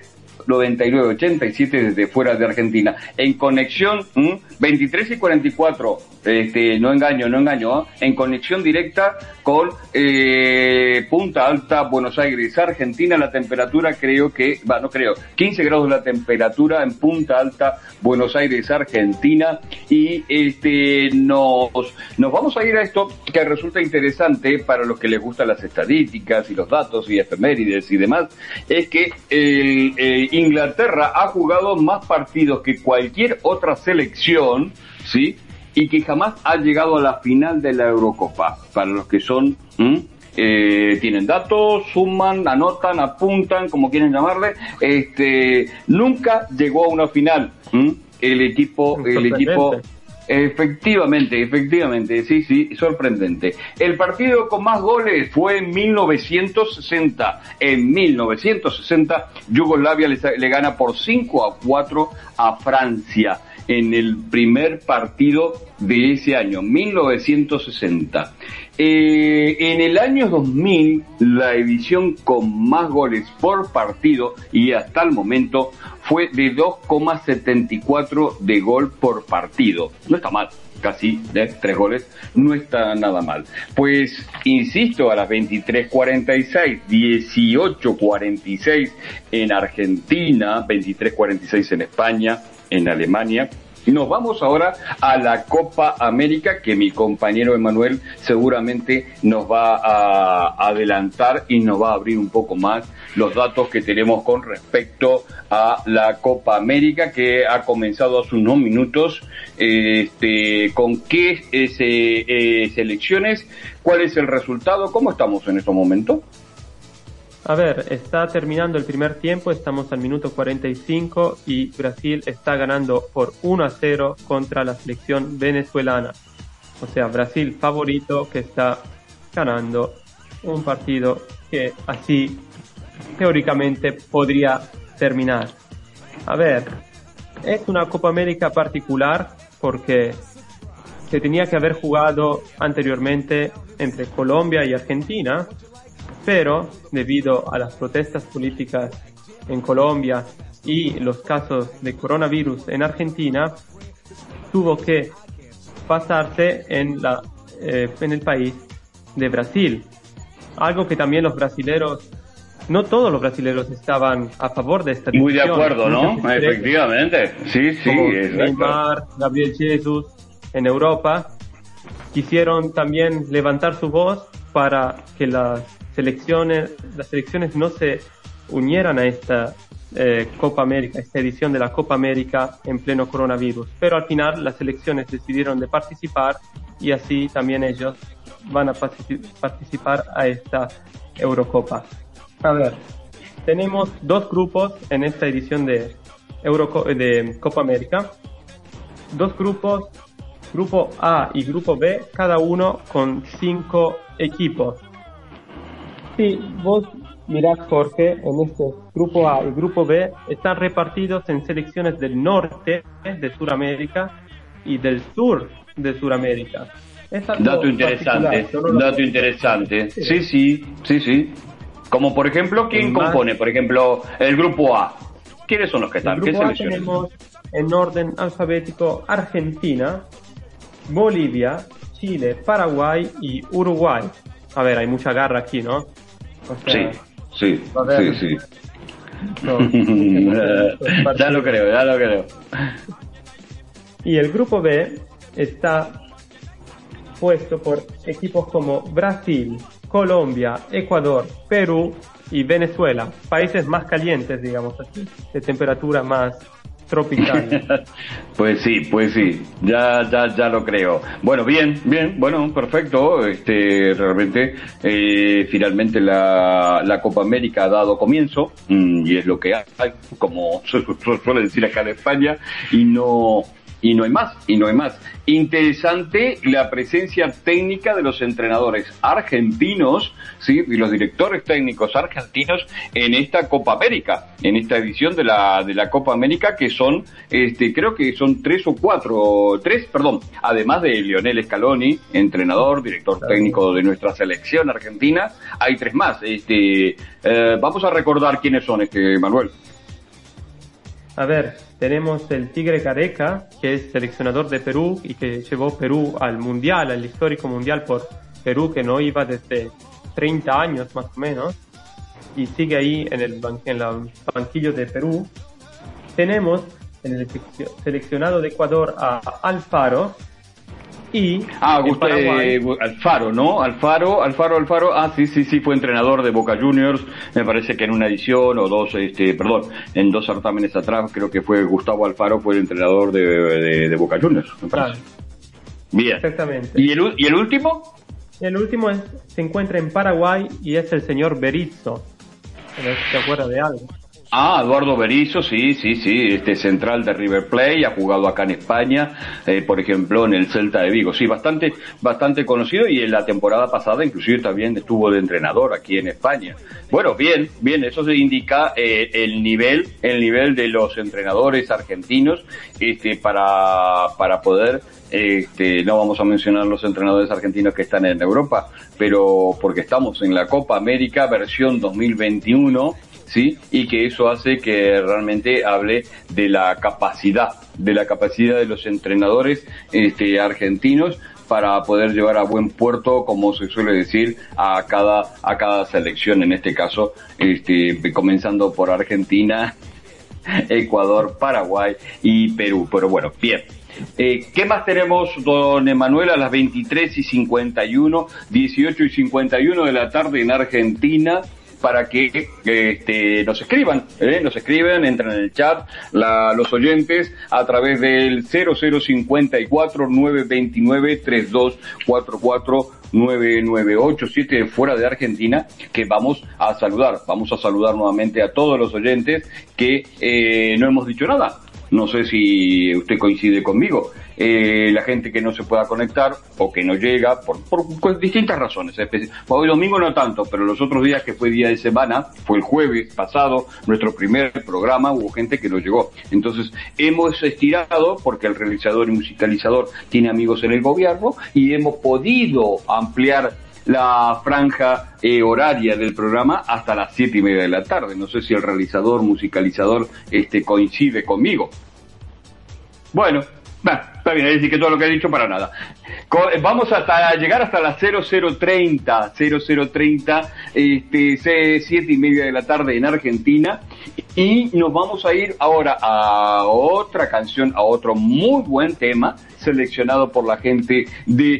desde fuera de Argentina. En conexión, 23 y 44, no engaño, en conexión directa con Punta Alta, Buenos Aires, Argentina. La temperatura 15 grados la temperatura en Punta Alta, Buenos Aires, Argentina. Y nos vamos a ir a esto que resulta interesante para los que les gustan las estadísticas y los datos y efemérides y demás, es que Inglaterra ha jugado más partidos que cualquier otra selección, ¿sí? Y que jamás ha llegado a la final de la Eurocopa. Para los que son, tienen datos, suman, anotan, apuntan, como quieren llamarle, nunca llegó a una final, el equipo, efectivamente, sí, sorprendente. El partido con más goles fue en 1960. En 1960, Yugoslavia le gana por 5-4 a Francia en el primer partido de ese año, 1960. En el año 2000, la edición con más goles por partido, y hasta el momento, fue de 2,74 de gol por partido. No está mal, casi 3 goles, no está nada mal. Pues, insisto, a las 23:46, 18:46 en Argentina, 23:46 en España, en Alemania. Nos vamos ahora a la Copa América, que mi compañero Emanuel seguramente nos va a adelantar y nos va a abrir un poco más los datos que tenemos con respecto a la Copa América, que ha comenzado hace unos minutos. ¿Con qué selecciones? ¿Cuál es el resultado? ¿Cómo estamos en estos momentos? A ver, está terminando el primer tiempo, estamos al minuto 45 y Brasil está ganando por 1-0 contra la selección venezolana. O sea, Brasil favorito, que está ganando un partido que así teóricamente podría terminar. A ver, es una Copa América particular porque se tenía que haber jugado anteriormente entre Colombia y Argentina, pero debido a las protestas políticas en Colombia y los casos de coronavirus en Argentina, tuvo que pasarse en el país de Brasil. Algo que también los brasileros, no todos los brasileros estaban a favor de esta decisión. Muy de acuerdo, ¿no? Efectivamente. Sí, como exacto. Neymar, Gabriel Jesus en Europa quisieron también levantar su voz para que las selecciones no se unieran a esta Copa América, esta edición de la Copa América en pleno coronavirus. Pero al final las selecciones decidieron de participar y así también ellos van a participar a esta Eurocopa. A ver, tenemos 2 grupos en esta edición de Copa América. 2 grupos, Grupo A y Grupo B, cada uno con 5 equipos. Si vos mirás, Jorge, en este Grupo A y Grupo B están repartidos en selecciones del norte de Sudamérica y del sur de Sudamérica. Dato interesante. Sí. Como por ejemplo, ¿quién compone? Por ejemplo, el Grupo A. ¿Quiénes son los que están? El Grupo A tenemos en orden alfabético Argentina, Bolivia, Chile, Paraguay y Uruguay. A ver, hay mucha garra aquí, ¿no? O sea, sí. Ya lo creo. Y el Grupo B está puesto por equipos como Brasil, Colombia, Ecuador, Perú y Venezuela, países más calientes, digamos así, de temperatura más tropical. Pues sí, ya lo creo. Bueno, bien, bueno, perfecto. Realmente, finalmente la Copa América ha dado comienzo, y es lo que hay, como se suele decir acá en España, y no y no hay más. Interesante la presencia técnica de los entrenadores argentinos, sí, y los directores técnicos argentinos en esta Copa América, en esta edición de la Copa América, que son, creo que son tres, además de Lionel Scaloni, entrenador, director técnico de nuestra selección argentina, hay 3 más. Vamos a recordar quiénes son, Manuel. A ver, tenemos el Tigre Careca, que es seleccionador de Perú y que llevó Perú al Mundial, al histórico Mundial por Perú, que no iba desde 30 años más o menos, y sigue ahí en el banquillo de Perú. Tenemos en el seleccionado de Ecuador a Alfaro, y Alfaro, ¿no? Alfaro, sí, fue entrenador de Boca Juniors, me parece que en una edición o dos, en 2 certámenes atrás, creo que fue Gustavo Alfaro, fue el entrenador de Boca Juniors, me parece. Claro. Bien. Exactamente. ¿Y el último? El último se encuentra en Paraguay y es el señor Berizzo. A ver si se acuerda de algo. Eduardo Berizzo, sí, central de River Plate, ha jugado acá en España, por ejemplo, en el Celta de Vigo, sí, bastante conocido, y en la temporada pasada inclusive también estuvo de entrenador aquí en España. Bueno, bien, eso se indica el nivel de los entrenadores argentinos, para poder, no vamos a mencionar los entrenadores argentinos que están en Europa, pero porque estamos en la Copa América versión 2021, ¿sí? Y que eso hace que realmente hable de la capacidad de los entrenadores argentinos para poder llevar a buen puerto, como se suele decir, a cada selección, en este caso, comenzando por Argentina, Ecuador, Paraguay y Perú. Pero bueno, bien. ¿Qué más tenemos, don Emanuel, a las 23:51, 18:51 de la tarde en Argentina? Para que nos escriban, entren en el chat los oyentes a través del 0054 929 3244 998 fuera de Argentina, que vamos a saludar nuevamente a todos los oyentes que no hemos dicho nada. No sé si usted coincide conmigo. La gente que no se pueda conectar o que no llega por distintas razones. Hoy domingo no tanto, pero los otros días que fue día de semana, fue el jueves pasado, nuestro primer programa, hubo gente que no llegó. Entonces hemos estirado, porque el realizador y musicalizador tiene amigos en el gobierno, y hemos podido ampliar la franja horaria del programa hasta las 7:30 de la tarde. No sé si el realizador, musicalizador, coincide conmigo. Bueno, está bien, es decir que todo lo que he dicho para nada. Vamos llegar hasta las 00:30, 7:30 de la tarde en Argentina, y nos vamos a ir ahora a otra canción, a otro muy buen tema, seleccionado por la gente de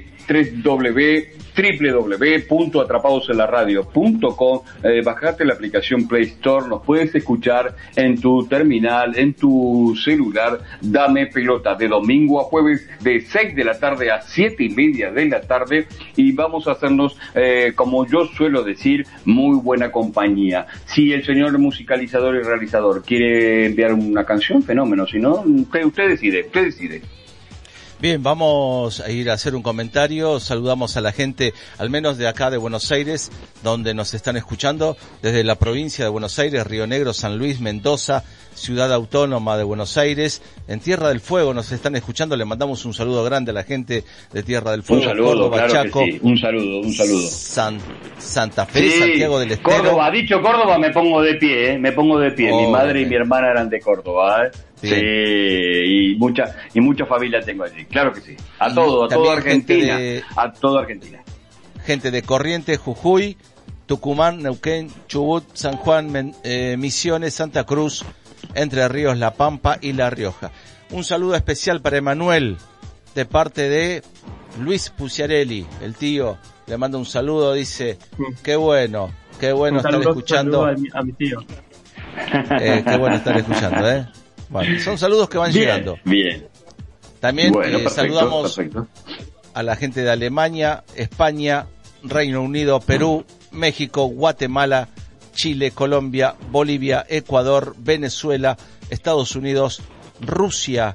www.atrapadosenlaradio.com. Bajate la aplicación Play Store, nos puedes escuchar en tu terminal, en tu celular. Dame Pelota, de domingo a jueves, de 6 de la tarde a 7:30 de la tarde, y vamos a hacernos, como yo suelo decir, muy buena compañía. Si el señor musicalizador y realizador quiere enviar una canción, fenómeno, si no, usted decide. Bien, vamos a ir a hacer un comentario. Saludamos a la gente, al menos de acá de Buenos Aires, donde nos están escuchando, desde la provincia de Buenos Aires, Río Negro, San Luis, Mendoza, Ciudad Autónoma de Buenos Aires. En Tierra del Fuego nos están escuchando. Le mandamos un saludo grande a la gente de Tierra del Fuego. Un saludo, Córdoba, claro, Chaco. que sí. Un saludo. Santa Fe, sí, Santiago del Estero. Córdoba, dicho Córdoba, me pongo de pie. Mi madre y mi hermana eran de Córdoba, Sí, y mucha familia tengo allí, claro que sí. A toda Argentina, a toda Argentina. Gente de Corrientes, Jujuy, Tucumán, Neuquén, Chubut, San Juan, Misiones, Santa Cruz, Entre Ríos, La Pampa y La Rioja. Un saludo especial para Emanuel, de parte de Luis Puciarelli, el tío. Le manda un saludo, dice, qué bueno estar escuchando. Un saludo a mi tío. Qué bueno estar escuchando, Bueno, son saludos que van llegando. Bien. También perfecto, saludamos a la gente de Alemania, España, Reino Unido, Perú, México, Guatemala, Chile, Colombia, Bolivia, Ecuador, Venezuela, Estados Unidos, Rusia,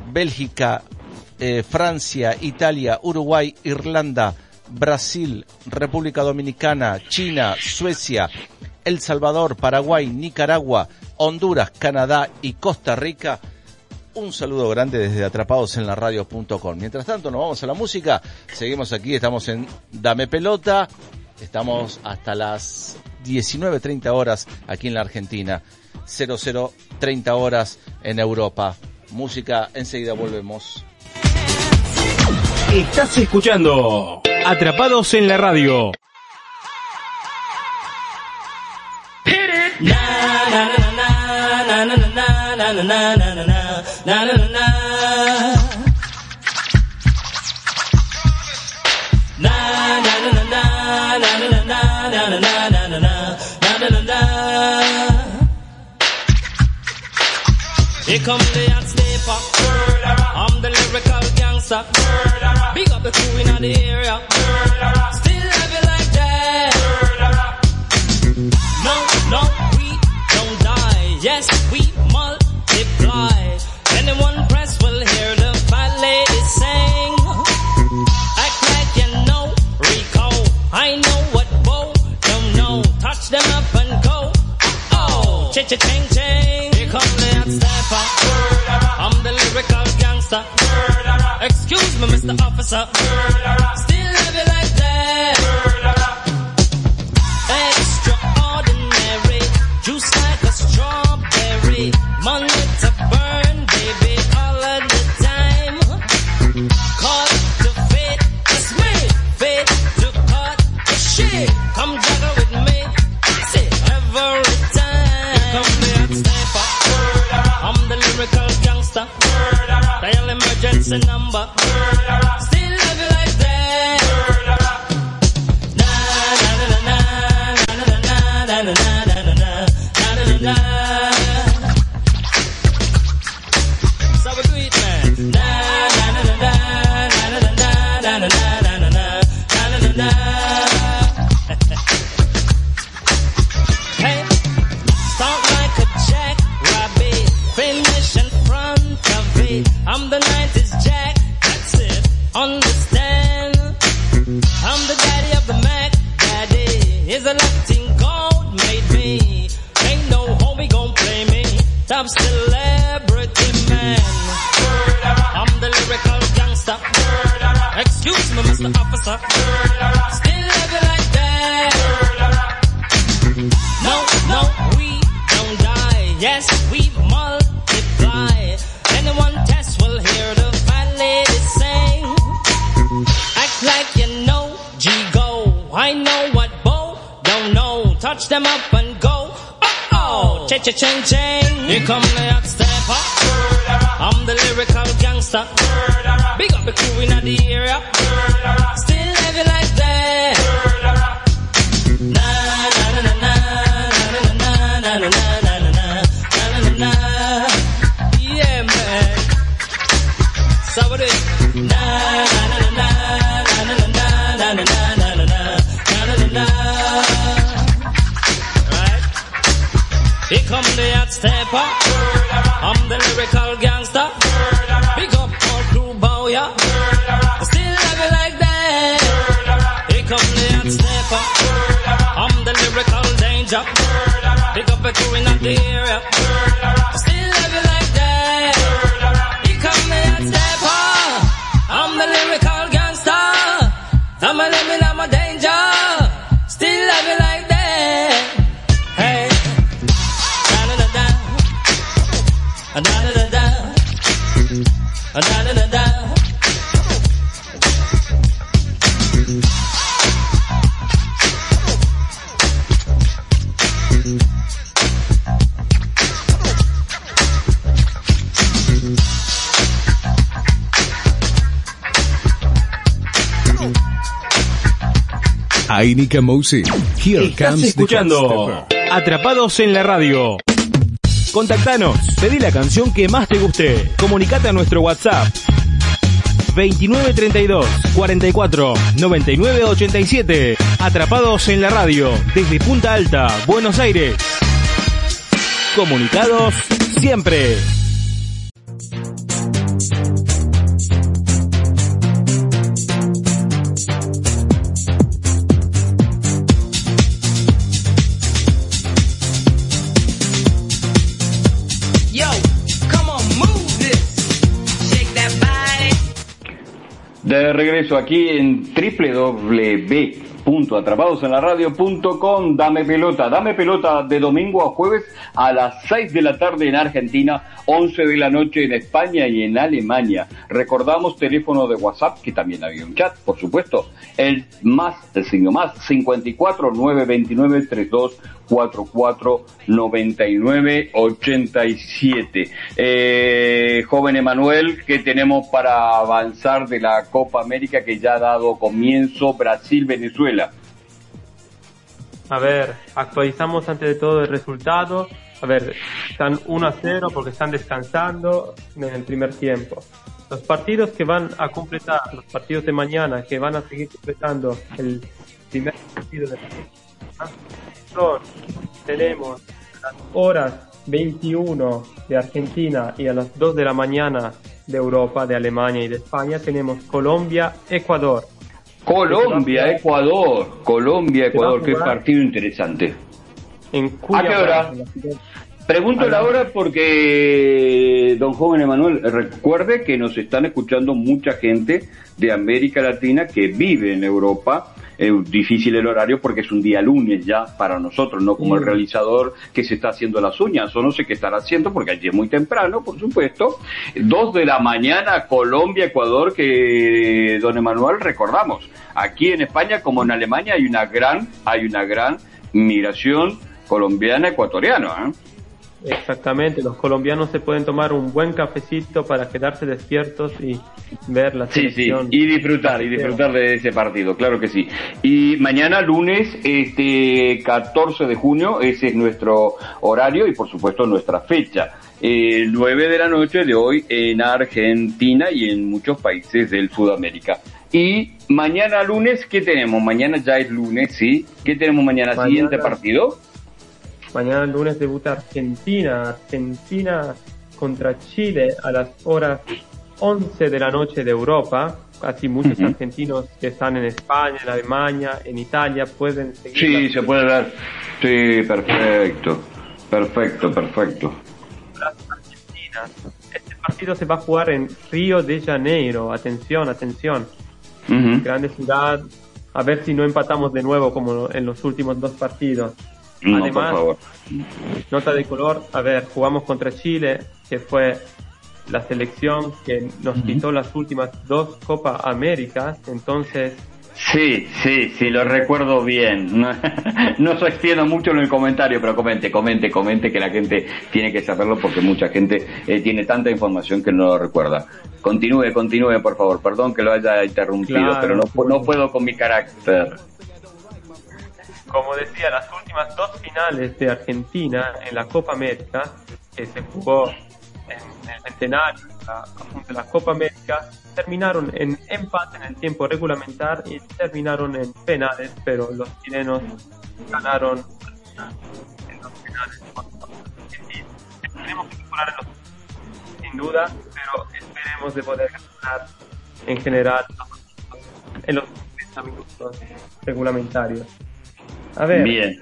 Bélgica, Francia, Italia, Uruguay, Irlanda, Brasil, República Dominicana, China, Suecia, El Salvador, Paraguay, Nicaragua, Honduras, Canadá y Costa Rica. Un saludo grande desde atrapadosenlaradio.com. Mientras tanto nos vamos a la música. Seguimos aquí, estamos en Dame Pelota. Estamos hasta las 19:30 horas aquí en la Argentina. 00:30 horas en Europa. Música, enseguida volvemos. Estás escuchando Atrapados en la Radio. Here come the hot stepper. I'm the lyrical gangster. Big up the crew in the area. Still love you like that. No, we don't die. Yes, we multiply. Anyone press will hear the fat lady sing. Act like you know Rico. I know what Bo don't know. Touch them up and go. Oh, cha-cha-ching-ching. Here come the hot stepper. I'm the lyrical gangster. Excuse me, Mr. Officer. Still love you like that. Extraordinary. Juice like a strawberry. Money to burn, baby, all of the time. Cut to fit, it's me. Fit to cut the shit. Come juggle with me. See, every time. Come the hot stepper. I'm the lyrical gangster. Dial emergency number. Still love you like that. Na na na na na na na na na na na na na. So we do it, man. Na na na na na na na na na na na na na. Hey, start like a jackrabbit, finish in front of it. I'm the 90s Jack, that's it, understand? I'm the daddy of the Mac, daddy is a Latin gold made me. Ain't no homie gon' play me, top celebrity man. I'm the lyrical gangster. Excuse me, Mr. Officer. Still love you like that. No, we don't die. Yes, we multiply. Anyone test will hear the fat lady sing. Act like you know G-Go. I know what Bo don't know. Touch them up and go. Oh, cha-cha-ching-ching. Here come the hot stepper. I'm the lyrical gangster. Big up the crew in the area. Still love you like that. Na na na na na na na na na na na na na. Yeah, man. So what it? Na na na na na na na na na na na na. Right? Here come the hot stepper. I'm the lyrical gangster. Big up all crew bow, yeah. Still love you like that. Here come the hot stepper. I'm the lyrical danger. Big up the crew in the area. Still love you like that. Here come the hot stepper. I'm the lyrical gangster. I'm a living, I'm a danger. Still love you like that. Hey. Da-da-da-da. Da-da-da-da. Da-da-da-da. Ainika Mousi. Here Estás comes escuchando the stepper. Atrapados en la Radio. Contactanos, pedí la canción que más te guste. Comunicate a nuestro WhatsApp 2932 44 99 87. Atrapados en la Radio, desde Punta Alta, Buenos Aires. Comunicados siempre. De regreso aquí en www.atrapadosenlaradio.com. Dame pelota de domingo a jueves a las 6 de la tarde en Argentina, 11 de la noche en España y en Alemania. Recordamos teléfono de WhatsApp, que también había un chat, por supuesto, el signo más 54 929 32 44 99 87. Joven Emanuel, ¿qué tenemos para avanzar de la Copa América que ya ha dado comienzo? Brasil-Venezuela. A ver, actualizamos antes de todo el resultado. A ver, están 1-0 porque están descansando en el primer tiempo. Los partidos que van a completar, los partidos de mañana que van a seguir completando el primer partido de la son, tenemos a las horas 21 de Argentina y a las 2 de la mañana de Europa, de Alemania y de España, tenemos Colombia-Ecuador. Colombia-Ecuador, qué partido interesante. ¿A qué hora? Pregunto la hora porque, don joven Emanuel, recuerde que nos están escuchando mucha gente de América Latina que vive en Europa. Difícil el horario porque es un día lunes ya para nosotros, no como el realizador que se está haciendo las uñas, o no sé qué estará haciendo porque allí es muy temprano, por supuesto. 2 de la mañana, Colombia, Ecuador, que don Emanuel, recordamos, aquí en España como en Alemania hay una gran migración colombiana ecuatoriana, ¿eh? Exactamente, los colombianos se pueden tomar un buen cafecito para quedarse despiertos y ver la selección. Sí, y disfrutar de ese partido, claro que sí. Y mañana lunes, 14 de junio, ese es nuestro horario y por supuesto nuestra fecha. 9 de la noche de hoy en Argentina y en muchos países del Sudamérica. Y mañana lunes, ¿qué tenemos? Mañana ya es lunes, ¿sí? ¿Qué tenemos mañana? ¿Siguiente partido? Mañana lunes debuta Argentina contra Chile a las horas 11 de la noche de Europa. Casi muchos argentinos que están en España, en Alemania, en Italia pueden seguir. Sí, se puede ver. Sí, perfecto. Argentina. Este partido se va a jugar en Río de Janeiro. Atención. Grande ciudad. A ver si no empatamos de nuevo como en los últimos 2 partidos. No, además, por favor. Nota de color, a ver, jugamos contra Chile, que fue la selección que nos quitó las últimas 2 Copa Américas, entonces... Sí, lo recuerdo bien. No se extiendo mucho en el comentario, pero comente, que la gente tiene que saberlo porque mucha gente tiene tanta información que no lo recuerda. Continúe, por favor. Perdón que lo haya interrumpido, claro, pero no puedo con mi carácter. Como decía, las últimas 2 finales de Argentina en la Copa América, que se jugó en el centenario de la Copa América, terminaron en empate en el tiempo regulamentar y terminaron en penales, pero los chilenos ganaron en los penales. Tenemos que mejorar sin duda, pero esperemos de poder ganar en general en los 30 minutos regulamentarios. A ver. Bien.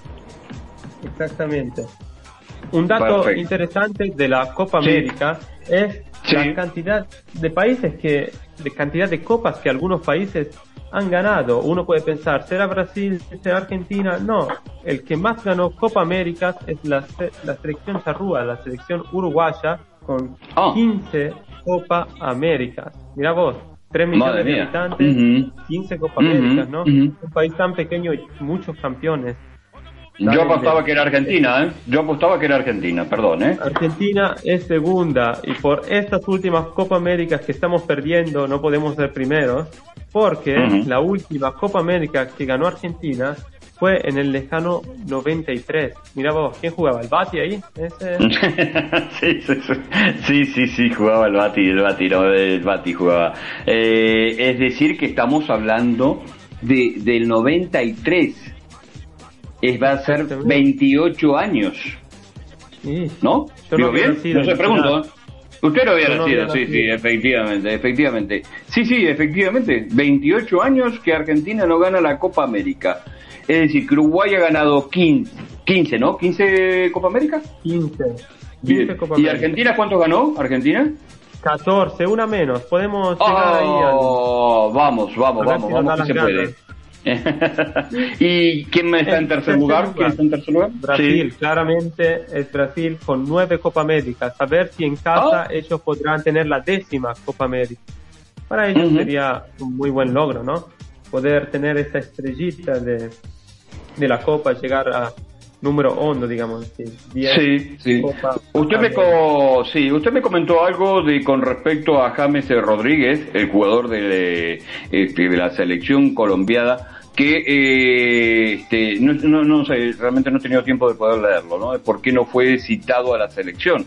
Exactamente. Un dato interesante de la Copa América es la cantidad de países de cantidad de copas que algunos países han ganado. Uno puede pensar, ¿será Brasil? ¿Será Argentina? No. El que más ganó Copa América es la selección charrúa, la selección uruguaya, con 15 Copa Américas. Mira vos. 3 millones de habitantes, 15 Copa Américas, ¿no? Un país tan pequeño y muchos campeones. Yo apostaba que era Argentina, perdón, Argentina es segunda y por estas últimas Copa Américas que estamos perdiendo no podemos ser primeros porque la última Copa América que ganó Argentina fue en el lejano 93. Mira vos, ¿quién jugaba? ¿El Bati ahí? Sí, jugaba el Bati jugaba. Es decir que estamos hablando del 93. Va a ser 28 años. Sí. ¿No? ¿Digo bien? No se pregunto. Usted lo había nacido, sí, efectivamente. Sí, efectivamente. 28 años que Argentina no gana la Copa América. Es decir, que Uruguay ha ganado 15, ¿no? ¿15 Copa América? 15 Bien. Copa ¿Y América. Argentina cuánto ganó? ¿Argentina? 14, una menos. Podemos llegar ahí vamos, a ver si nos da que las se puede. ganas. ¿Y quién está en tercer lugar? ¿Quién está en tercer lugar? Brasil, Sí. claramente es Brasil con 9 Copa Américas. A ver si en casa ellos podrán tener la 10ª Copa América. Para ellos sería un muy buen logro, ¿no? Poder tener esa estrellita de la Copa, llegar a número 1, digamos. 10 Sí. Copa Usted me comentó algo con respecto a James Rodríguez, el jugador de la selección colombiana, que no sé, realmente no he tenido tiempo de poder leerlo, ¿no? ¿Por qué no fue citado a la selección?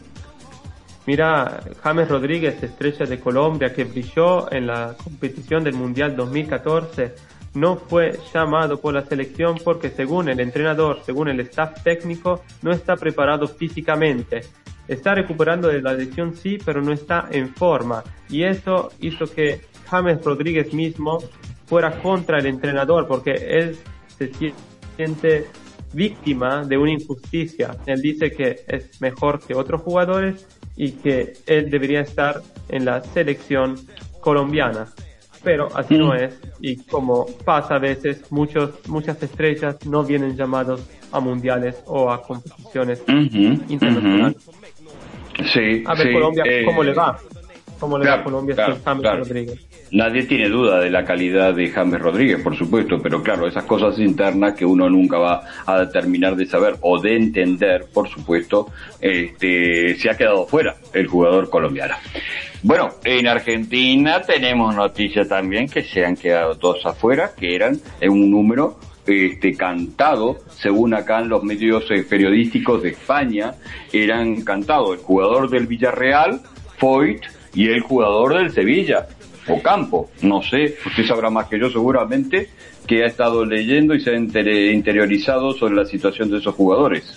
Mira, James Rodríguez, estrella de Colombia que brilló en la competición del Mundial 2014, no fue llamado por la selección porque según el entrenador, según el staff técnico, no está preparado físicamente. Está recuperando de la lesión, sí, pero no está en forma. Y eso hizo que James Rodríguez mismo fuera contra el entrenador porque él se siente víctima de una injusticia. Él dice que es mejor que otros jugadores y que él debería estar en la selección colombiana. Pero así no es, y como pasa a veces, muchas estrellas no vienen llamados a mundiales o a competiciones internacionales. Sí, a ver, Colombia, ¿cómo le va? ¿Cómo le va a Colombia sin James Rodríguez? Nadie tiene duda de la calidad de James Rodríguez, por supuesto, pero claro, esas cosas internas que uno nunca va a terminar de saber o de entender, por supuesto, se ha quedado fuera el jugador colombiano. Bueno, en Argentina tenemos noticias también que se han quedado todos afuera, que eran en un número cantado, según acá en los medios periodísticos de España, eran cantados el jugador del Villarreal, Foyt, y el jugador del Sevilla, Ocampo. No sé, usted sabrá más que yo seguramente, que ha estado leyendo y se ha interiorizado sobre la situación de esos jugadores.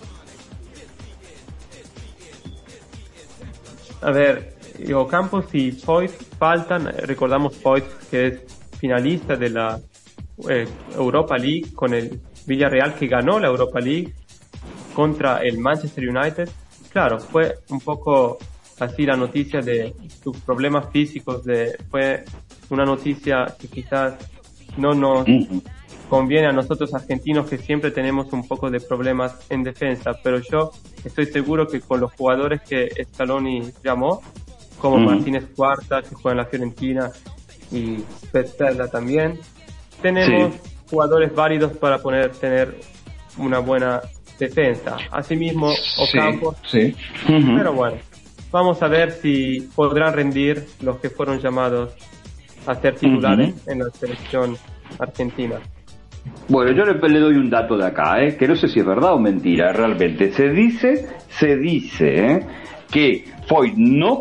A ver, Ocampo y Foyt faltan. Recordamos Foyt, que es finalista de la Europa League con el Villarreal, que ganó la Europa League contra el Manchester United. Claro, fue un poco así la noticia de sus problemas físicos, fue una noticia que quizás no nos conviene a nosotros argentinos, que siempre tenemos un poco de problemas en defensa, pero yo estoy seguro que con los jugadores que Scaloni llamó, como Martínez Cuarta, que juega en la Fiorentina, y Petzela también, tenemos jugadores válidos para poder tener una buena defensa. Asimismo, Ocampo, pero bueno, vamos a ver si podrán rendir los que fueron llamados a ser titulares en la selección argentina. Bueno, yo le doy un dato de acá, que no sé si es verdad o mentira, realmente. Se dice que Foyt no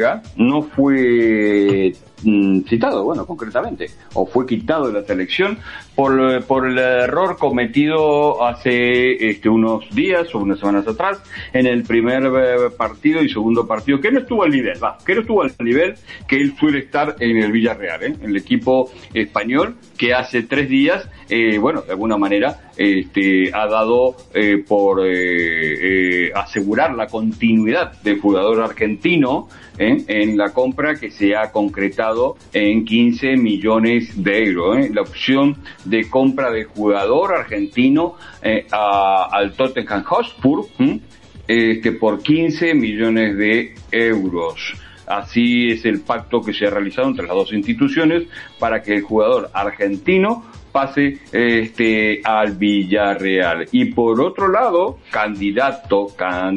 fue citado, bueno, concretamente, o fue quitado de la selección por el error cometido hace unos días o unas semanas atrás en el primer partido y segundo partido, que no estuvo al nivel, que él suele estar en el Villarreal, el equipo español, que hace 3 días, de alguna manera, ha dado por asegurar la continuidad del jugador argentino en la compra que se ha concretado en 15 millones de euros. La opción de compra de jugador argentino al Tottenham Hotspur por 15 millones de euros. Así es el pacto que se ha realizado entre las dos instituciones para que el jugador argentino pase al Villarreal. Y por otro lado, candidato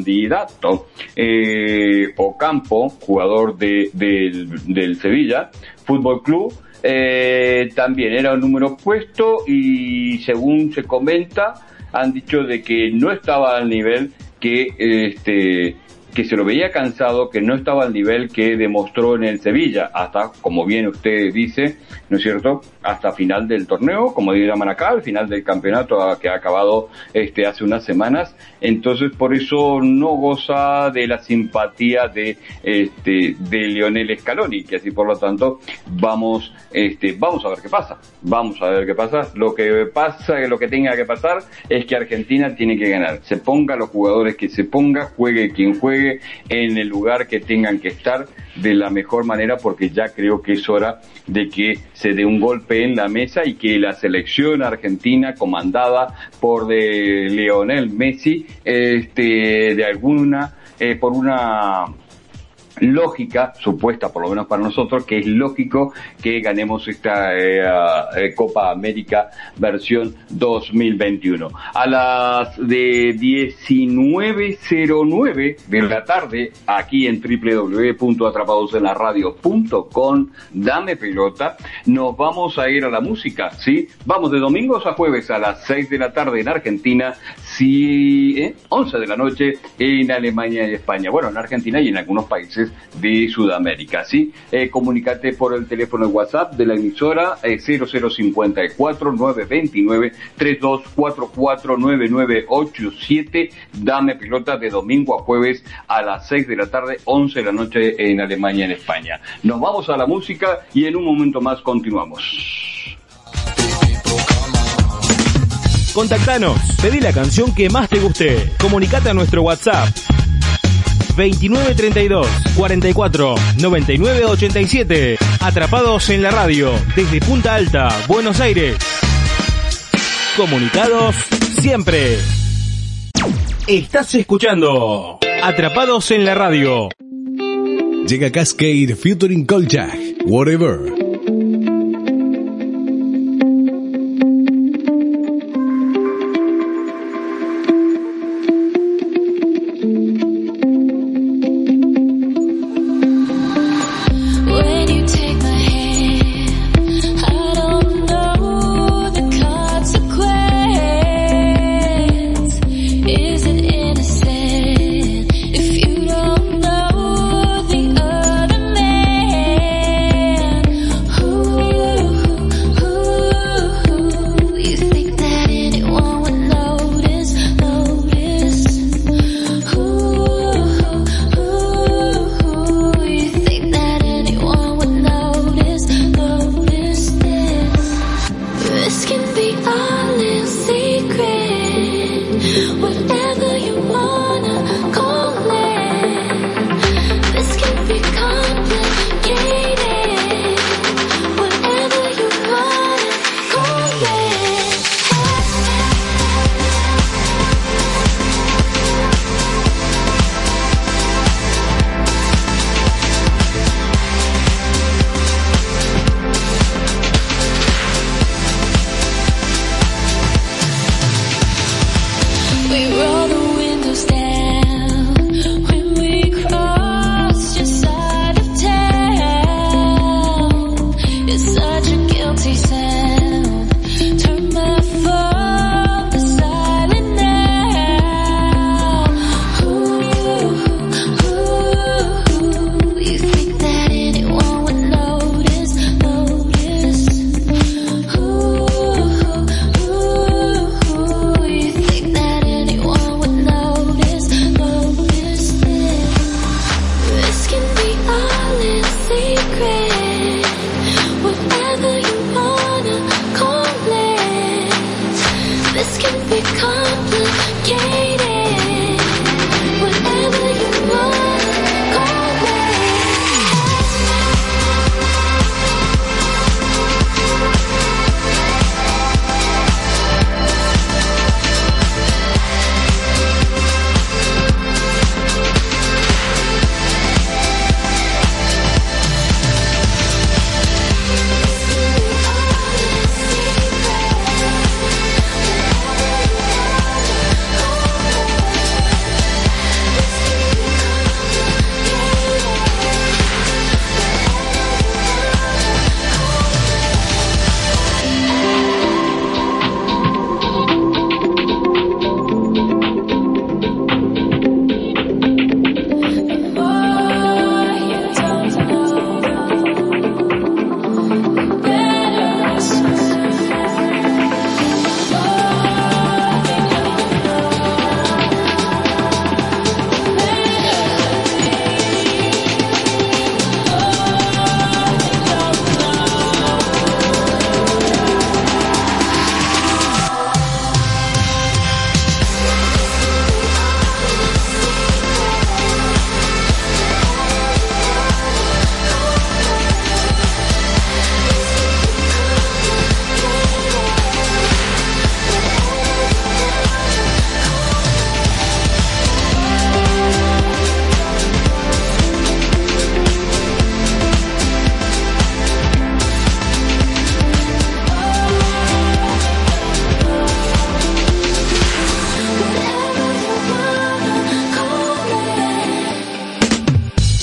Ocampo, jugador del Sevilla Fútbol Club, también era un número puesto y según se comenta han dicho de que no estaba al nivel que se lo veía cansado, que no estaba al nivel que demostró en el Sevilla, hasta, como bien usted dice, ¿no es cierto?, hasta final del torneo, como llaman acá, al final del campeonato que ha acabado hace unas semanas. Entonces, por eso no goza de la simpatía de Lionel Scaloni, que así por lo tanto vamos a ver qué pasa. Lo que tenga que pasar es que Argentina tiene que ganar. Se ponga los jugadores que se ponga, juegue quien juegue, juegue en el lugar que tengan que estar de la mejor manera, porque ya creo que es hora de que se dé un golpe en la mesa y que la selección argentina, comandada por Lionel Messi, por una lógica supuesta, por lo menos para nosotros, que es lógico que ganemos esta Copa América versión 2021. A las de 19:09 de la tarde, aquí en www.atrapadosenlaradio.com, Dame Pelota, nos vamos a ir a la música, ¿sí? Vamos de domingos a jueves a las 6 de la tarde en Argentina, 11 de la noche en Alemania y España. Bueno, en Argentina y en algunos países de Sudamérica, ¿sí? Comunícate por el teléfono de WhatsApp de la emisora 0054-929-3244-9987. Dame Pelota de domingo a jueves a las 6 de la tarde, 11 de la noche en Alemania y en España. Nos vamos a la música y en un momento más continuamos. Contactanos, pedí la canción que más te guste. Comunicate a nuestro WhatsApp 2932 44 99 87. Atrapados en la radio, desde Punta Alta, Buenos Aires. Comunicados siempre. Estás escuchando Atrapados en la radio. Llega Cascade featuring Kolchak, Whatever. If you don't know the other man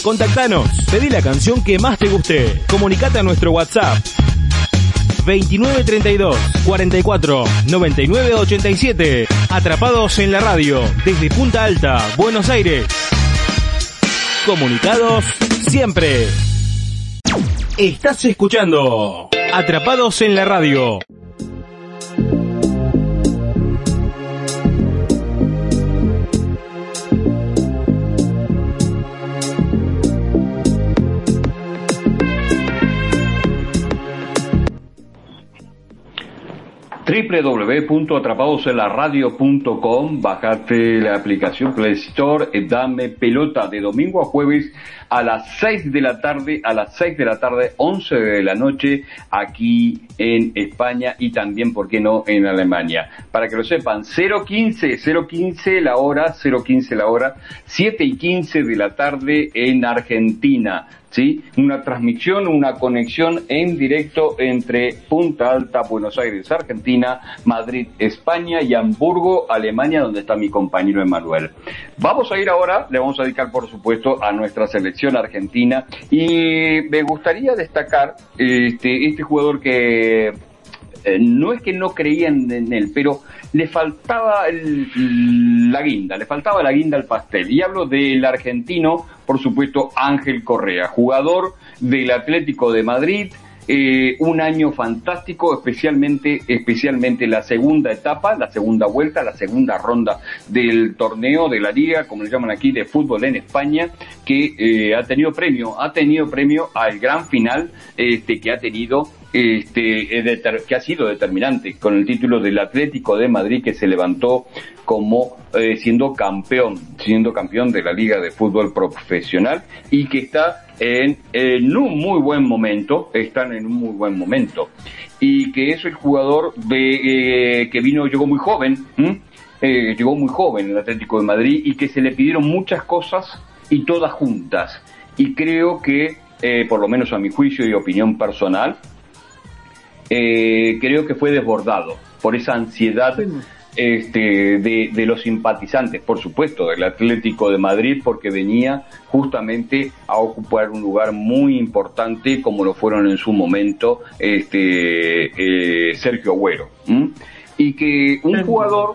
Contactanos, pedí la canción que más te guste. Comunicate a nuestro WhatsApp 2932 44 99 87. Atrapados en la radio, desde Punta Alta, Buenos Aires. Comunicados siempre. Estás escuchando Atrapados en la radio. www.atrapadosenlaradio.com. Bajate la aplicación Play Store, Dame Pelota, de domingo a jueves a las 6 de la tarde, 11 de la noche, aquí en España y también, ¿por qué no?, en Alemania. Para que lo sepan, 015 la hora, 7:15 de la tarde en Argentina. ¿Sí? Una transmisión, una conexión en directo entre Punta Alta, Buenos Aires, Argentina, Madrid, España y Hamburgo, Alemania, donde está mi compañero Emanuel. Vamos a ir ahora, le vamos a dedicar por supuesto a nuestra selección argentina, y me gustaría destacar este jugador que no es que no creían en él, pero le faltaba la guinda al pastel. Y hablo del argentino, por supuesto, Ángel Correa, jugador del Atlético de Madrid. Un año fantástico, especialmente la segunda etapa, la segunda vuelta, la segunda ronda del torneo de la liga, como le llaman aquí, de fútbol en España, que ha tenido premio al gran final que ha tenido, que ha sido determinante con el título del Atlético de Madrid, que se levantó como siendo campeón de la Liga de Fútbol Profesional, y que está en un muy buen momento, y que es el jugador que llegó muy joven el Atlético de Madrid, y que se le pidieron muchas cosas y todas juntas, y creo que, por lo menos a mi juicio y opinión personal, creo que fue desbordado por esa ansiedad de los simpatizantes, por supuesto, del Atlético de Madrid, porque venía justamente a ocupar un lugar muy importante, como lo fueron en su momento Sergio Agüero, y que un jugador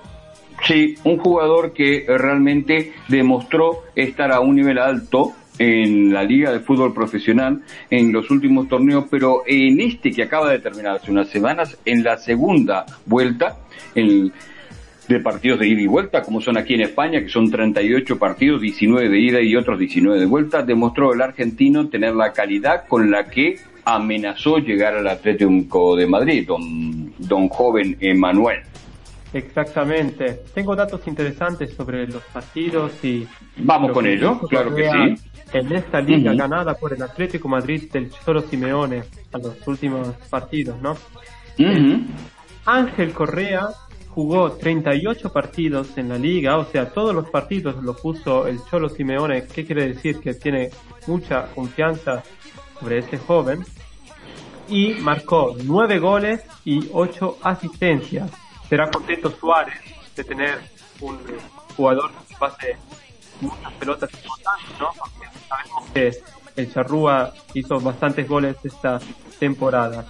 que realmente demostró estar a un nivel alto en la Liga de Fútbol Profesional en los últimos torneos, pero en que acaba de terminar hace unas semanas, en la segunda vuelta, de partidos de ida y vuelta, como son aquí en España, que son 38 partidos, 19 de ida y otros 19 de vuelta, demostró el argentino tener la calidad con la que amenazó llegar al Atlético de Madrid, don joven Emanuel. Exactamente. Tengo datos interesantes sobre los partidos y... Vamos con ello, claro que sí. En esta liga ganada por el Atlético Madrid del Cholo Simeone a los últimos partidos, ¿no? Ángel Correa jugó 38 partidos en la liga, o sea, todos los partidos lo puso el Cholo Simeone. ¿Qué quiere decir? Que tiene mucha confianza sobre este joven. Y marcó 9 goles y 8 asistencias. Será contento Suárez de tener un jugador que pase muchas pelotas importantes, ¿no? Porque sabemos que el Charrúa hizo bastantes goles esta temporada.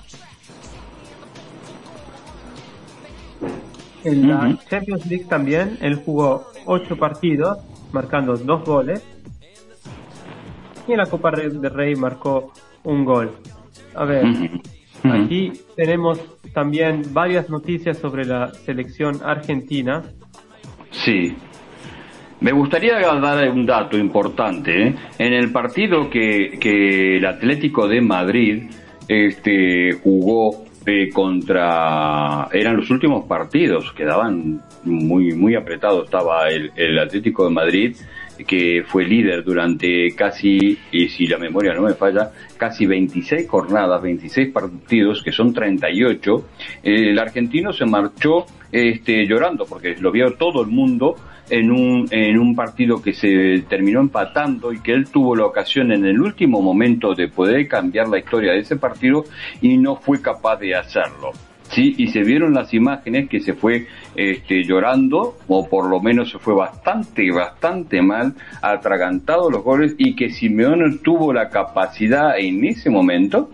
En la Champions League también él jugó 8 partidos, marcando 2 goles. Y en la Copa del Rey marcó 1 gol. A ver, aquí tenemos también varias noticias sobre la selección argentina. Sí. Me gustaría dar un dato importante, En el partido que el Atlético de Madrid jugó eran los últimos partidos, quedaban muy apretados. Estaba el Atlético de Madrid, que fue líder durante casi, y si la memoria no me falla, casi 26 jornadas, 26 partidos, que son 38. El argentino se marchó llorando, porque lo vio todo el mundo en un partido que se terminó empatando, y que él tuvo la ocasión en el último momento de poder cambiar la historia de ese partido y no fue capaz de hacerlo. Sí, y se vieron las imágenes que se fue llorando, o por lo menos se fue bastante mal, atragantado los goles, y que Simeone tuvo la capacidad en ese momento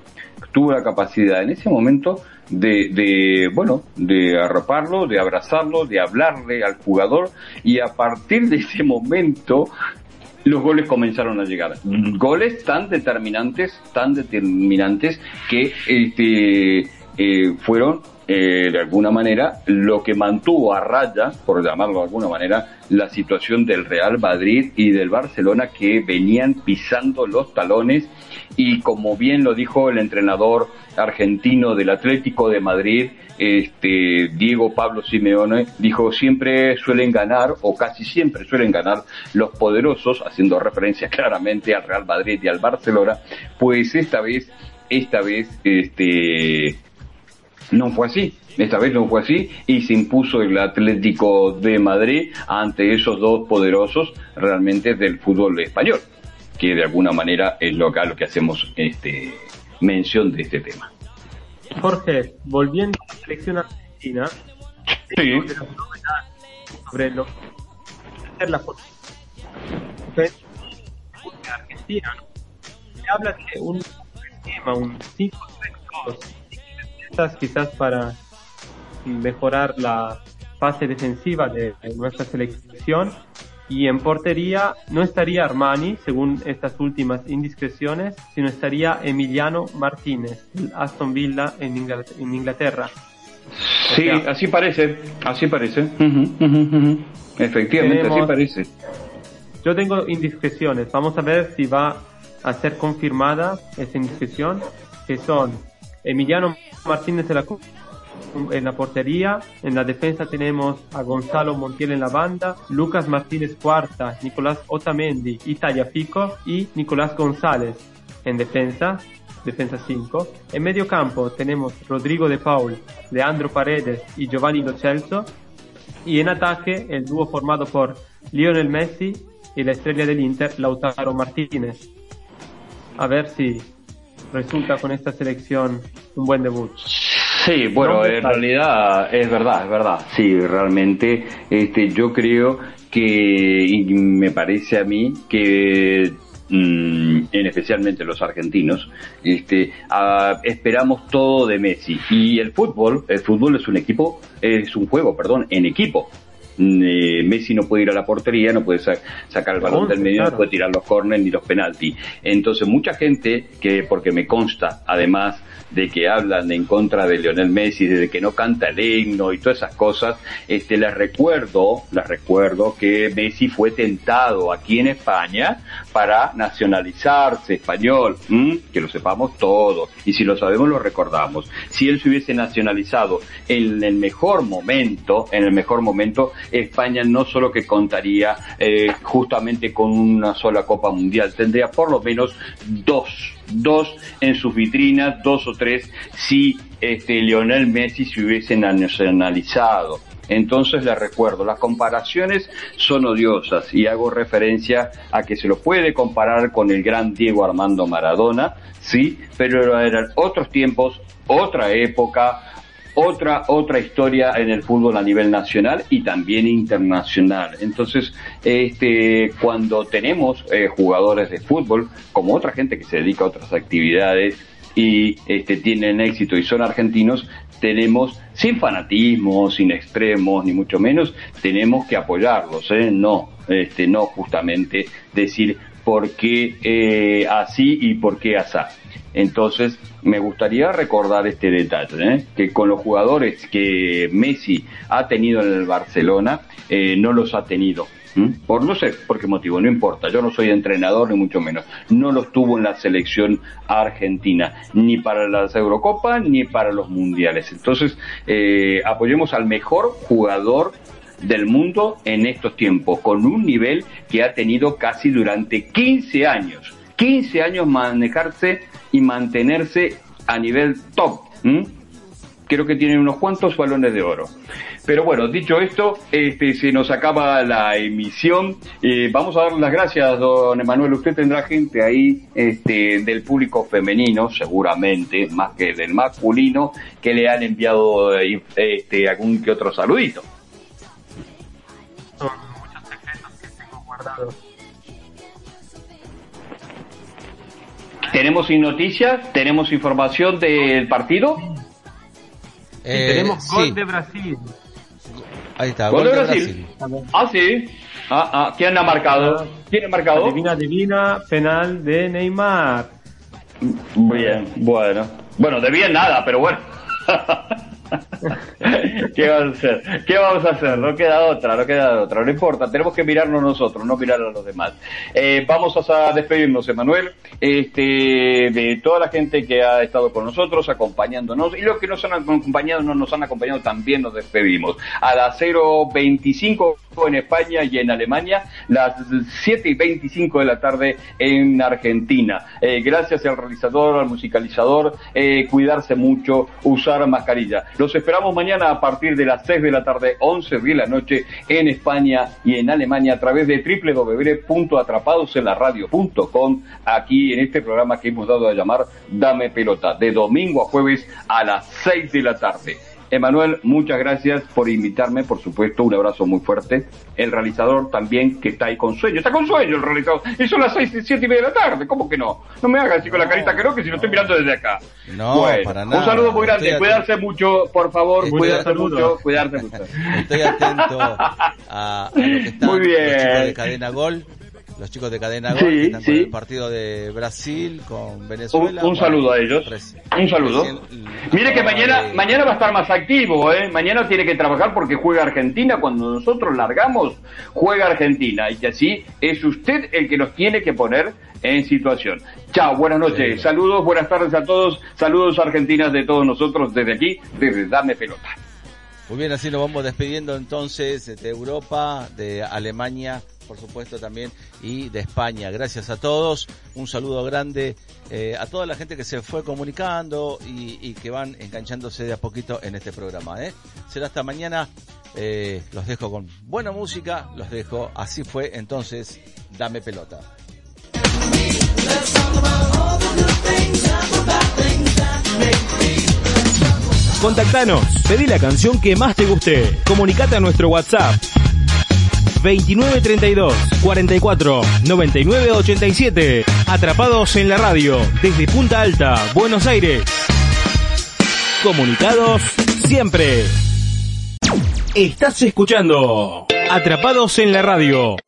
de arroparlo, de abrazarlo, de hablarle al jugador, y a partir de ese momento los goles comenzaron a llegar. Goles tan determinantes que fueron de alguna manera lo que mantuvo a raya, por llamarlo de alguna manera, la situación del Real Madrid y del Barcelona, que venían pisando los talones, y como bien lo dijo el entrenador argentino del Atlético de Madrid, Diego Pablo Simeone, dijo: siempre suelen ganar, o casi siempre suelen ganar, los poderosos, haciendo referencia claramente al Real Madrid y al Barcelona. Pues esta vez no fue así. Esta vez no fue así, y se impuso el Atlético de Madrid ante esos dos poderosos realmente del fútbol español, que de alguna manera es lo que hacemos mención de este tema. Jorge, volviendo a la selección argentina, Sí. sobre lo que hacer la argentina, ¿no? Se habla de un esquema, un 5-3-2, quizás para mejorar la fase defensiva de nuestra selección, y en portería no estaría Armani, según estas últimas indiscreciones, sino estaría Emiliano Martínez, el Aston Villa en Inglaterra. Sí, o sea, así parece. Efectivamente, así parece. Yo tengo indiscreciones, vamos a ver si va a ser confirmada esa indiscreción, que son Emiliano Martínez en la portería, en la defensa tenemos a Gonzalo Montiel en la banda, Lucas Martínez Cuarta, Nicolás Otamendi y Tagliafico, y Nicolás González en defensa 5. En medio campo tenemos Rodrigo de Paul, Leandro Paredes y Giovanni Lo Celso, y en ataque el dúo formado por Lionel Messi y la estrella del Inter, Lautaro Martínez. A ver si resulta con esta selección un buen debut. Sí, bueno, en realidad es verdad. Sí, realmente yo creo que, y me parece a mí que especialmente los argentinos, esperamos todo de Messi, y el fútbol es un juego en equipo. Messi no puede ir a la portería, no puede sacar el balón del medio, claro. No puede tirar los córneres ni los penaltis. Entonces mucha gente, porque me consta además de que hablan en contra de Lionel Messi, de que no canta el himno y todas esas cosas, les recuerdo que Messi fue tentado aquí en España para nacionalizarse español, que lo sepamos todos, y si lo sabemos lo recordamos. Si él se hubiese nacionalizado en el mejor momento, España no solo que contaría justamente con una sola Copa Mundial, tendría por lo menos dos en sus vitrinas, 2 o 3, si Lionel Messi se hubiese nacionalizado. Entonces les recuerdo, las comparaciones son odiosas, y hago referencia a que se lo puede comparar con el gran Diego Armando Maradona, sí, pero eran otros tiempos, otra época, otra historia en el fútbol a nivel nacional y también internacional. Entonces, cuando tenemos jugadores de fútbol, como otra gente que se dedica a otras actividades y tienen éxito y son argentinos, tenemos, sin fanatismo, sin extremos, ni mucho menos, tenemos que apoyarlos, no justamente decir por qué así y por qué asá. Entonces, me gustaría recordar este detalle, que con los jugadores que Messi ha tenido en el Barcelona, no los ha tenido. Por no sé por qué motivo, no importa, yo no soy entrenador ni mucho menos, no los tuvo en la selección argentina, ni para las Eurocopas ni para los mundiales. Entonces, apoyemos al mejor jugador del mundo en estos tiempos, con un nivel que ha tenido casi durante 15 años manejarse y mantenerse a nivel top. creo que tienen unos cuantos balones de oro. Pero bueno, dicho esto, se nos acaba la emisión. Vamos a dar las gracias, don Emanuel. Usted tendrá gente ahí del público femenino, seguramente, más que del masculino, que le han enviado algún que otro saludito. Son muchos secretos que tengo guardados. ¿Tenemos noticias? ¿Tenemos información del partido? Tenemos gol sí. de Brasil. Ahí está, Gol de Brasil. Ah, sí. ¿Quién ha marcado? ¿Quién ha marcado? Adivina, penal de Neymar. Bien, bueno. Bueno, de bien nada, pero bueno. ¿Qué vamos a hacer? No queda otra. No importa, tenemos que mirarnos nosotros, no mirar a los demás. Vamos a despedirnos, Emanuel, de toda la gente que ha estado con nosotros, acompañándonos, y los que nos han acompañado, no nos han acompañado, también nos despedimos. A las 0:25 en España y en Alemania, las 7:25 de la tarde en Argentina. Gracias al realizador, al musicalizador, cuidarse mucho, usar mascarilla. Los esperamos mañana a partir de las 6 de la tarde, 11 de la noche en España y en Alemania a través de www.atrapadosenlaradio.com, aquí en este programa que hemos dado a llamar Dame Pelota, de domingo a jueves a las 6 de la tarde. Emanuel, muchas gracias por invitarme, por supuesto, un abrazo muy fuerte. El realizador también, que está ahí con sueño. Está con sueño el realizador. Y son las 7:30 de la tarde, ¿cómo que no? No me hagas así con la carita que no, que si lo estoy mirando desde acá. No, bueno, para nada. Un saludo muy grande, cuidarse mucho, por favor, cuidarse mucho. Estoy atento a lo que están muy bien. Los chicos de Cadena Gol. Los chicos de Cadena Gol, que están con el partido de Brasil, con Venezuela. Un saludo a ellos. Un saludo. Mire que mañana va a estar más activo, ¿eh? Mañana tiene que trabajar porque juega Argentina. Cuando nosotros largamos, juega Argentina. Y que así es usted el que nos tiene que poner en situación. Chao, buenas noches. Sí. Saludos, buenas tardes a todos. Saludos argentinas de todos nosotros desde aquí, desde Dame Pelota. Muy bien, así nos vamos despidiendo entonces de Europa, de Alemania, por supuesto también, y de España. Gracias a todos, un saludo grande a toda la gente que se fue comunicando y que van enganchándose de a poquito en este programa. Será hasta mañana, los dejo con buena música, así fue entonces, Dame Pelota. Contactanos, pedí la canción que más te guste, comunicate a nuestro WhatsApp 2932 44 99 87. Atrapados en la radio, desde Punta Alta, Buenos Aires. Comunicados siempre. Estás escuchando Atrapados en la radio.